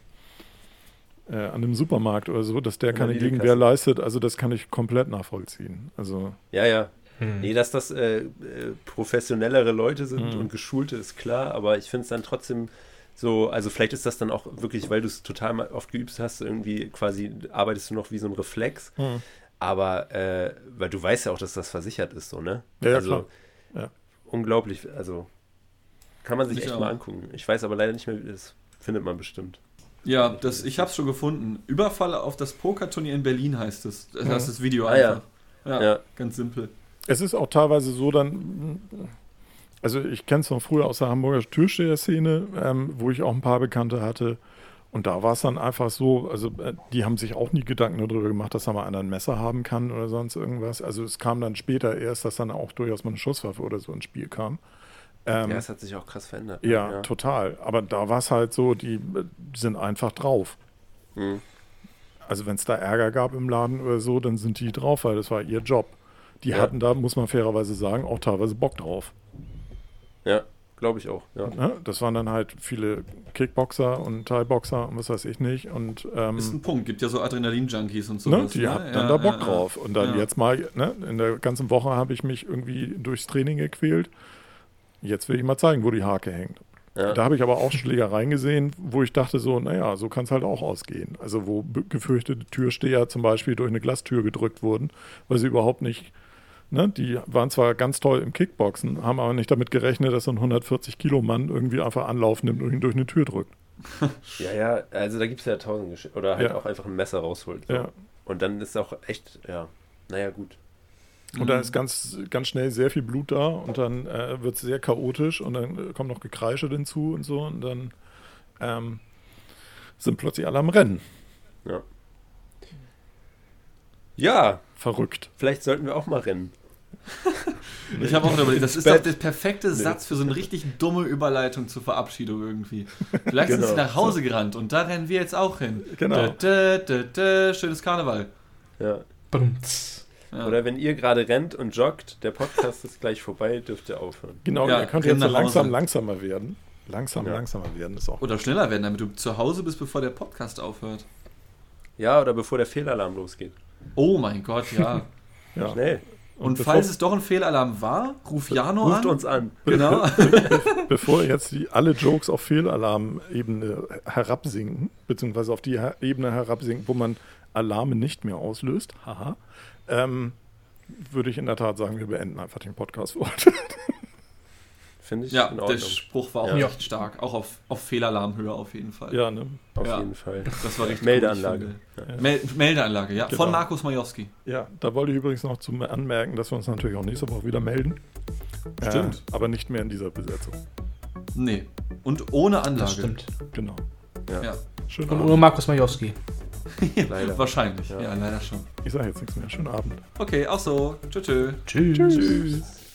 äh, an einem Supermarkt oder so, dass der keine Gegenwehr leistet, also das kann ich komplett nachvollziehen. Also ja, ja. Hm. Nee, dass das äh, äh, professionellere Leute sind hm. und Geschulte, ist klar, aber ich finde es dann trotzdem so, also vielleicht ist das dann auch wirklich, weil du es total oft geübt hast, irgendwie quasi arbeitest du noch wie so ein Reflex, hm. aber äh, weil du weißt ja auch, dass das versichert ist, so, ne? Ja, also, klar. Ja. Unglaublich, also kann man sich ich echt auch. mal angucken. Ich weiß aber leider nicht mehr, wie das findet man bestimmt. Ja, das, ich habe es schon gefunden. Überfall auf das Pokerturnier in Berlin heißt es. Das heißt das Video ah, einfach. Ja. Ja, ja, ganz simpel. Es ist auch teilweise so dann, also ich kenne es von früher aus der Hamburger Türsteher-Szene, ähm, wo ich auch ein paar Bekannte hatte. Und da war es dann einfach so, also äh, die haben sich auch nie Gedanken darüber gemacht, dass da mal einer ein Messer haben kann oder sonst irgendwas. Also es kam dann später erst, dass dann auch durchaus mal eine Schusswaffe oder so ins Spiel kam. Ähm, ja, es hat sich auch krass verändert. Ja, ja. total. Aber da war es halt so, die, die sind einfach drauf. Mhm. Also wenn es da Ärger gab im Laden oder so, dann sind die drauf, weil das war ihr Job. Die ja. hatten da, muss man fairerweise sagen, auch teilweise Bock drauf. Ja, glaube ich auch. Ja. Ja, das waren dann halt viele Kickboxer und Thai-Boxer und was weiß ich nicht. Und, ähm, ist ein Punkt, gibt ja so Adrenalin-Junkies und so. Ne, die ne? hatten dann ja, da Bock ja, drauf. Und dann ja. jetzt mal, ne, in der ganzen Woche habe ich mich irgendwie durchs Training gequält. Jetzt will ich mal zeigen, wo die Hake hängt. Ja. Da habe ich aber auch Schlägereien gesehen, wo ich dachte so, naja, so kann es halt auch ausgehen. Also wo gefürchtete Türsteher zum Beispiel durch eine Glastür gedrückt wurden, weil sie überhaupt nicht, ne, die waren zwar ganz toll im Kickboxen, haben aber nicht damit gerechnet, dass so ein hundertvierzig Kilo Mann irgendwie einfach Anlauf nimmt und ihn durch eine Tür drückt. Ja, ja, also da gibt es ja tausend Geschichten. Oder halt ja. auch einfach ein Messer rausholt. So. Ja. Und dann ist auch echt, ja, naja, gut. Und dann ist ganz, ganz schnell sehr viel Blut da und dann äh, wird es sehr chaotisch und dann äh, kommt noch Gekreische hinzu und so und dann ähm, sind plötzlich alle am Rennen. Ja. Ja. Verrückt. Vielleicht sollten wir auch mal rennen. Ich habe auch überlegt, das ist doch der perfekte Satz für so eine richtig dumme Überleitung zur Verabschiedung irgendwie. Vielleicht genau. sind sie nach Hause gerannt und da rennen wir jetzt auch hin. Genau. Da, da, da, da, schönes Karneval. Ja. Bumts. Ja. Oder wenn ihr gerade rennt und joggt, der Podcast ist gleich vorbei, dürft ihr aufhören. Genau, ja, ihr könnt jetzt so langsam langsamer werden. Langsam ja. langsamer werden ist auch. Oder schneller werden, damit du zu Hause bist, bevor der Podcast aufhört. Ja, oder bevor der Fehlalarm losgeht. Oh mein Gott, ja. ja. Schnell. Und, und falls es doch ein Fehlalarm war, ruf Jano ruft an. Ruft uns an. Genau. Bevor jetzt die, alle Jokes auf Fehlalarm-Ebene herabsinken, beziehungsweise auf die Ebene herabsinken, wo man Alarme nicht mehr auslöst, haha, ähm, würde ich in der Tat sagen, wir beenden einfach den Podcast für heute. Finde ich ja, in Ordnung. Der Spruch war auch ja. echt stark. Auch auf, auf Fehlalarmhöhe auf jeden Fall. Ja, ne? Auf ja. jeden Fall. Das war richtig Meldeanlage. Cool, ja. Mel- Meldeanlage, ja. Genau. Von Markus Majowski. Ja, da wollte ich übrigens noch zu anmerken, dass wir uns natürlich auch nächste Woche wieder melden. Stimmt. Äh, aber nicht mehr in dieser Besetzung. Nee. Und ohne Anlage. Das stimmt. Genau. Ja. ja. Schönen Und ohne Markus Majowski. Leider. Wahrscheinlich, ja. ja, leider schon. Ich sage jetzt nichts mehr. Schönen Abend. Okay, auch so. Tschö, tschö. Tschüss. Tschüss.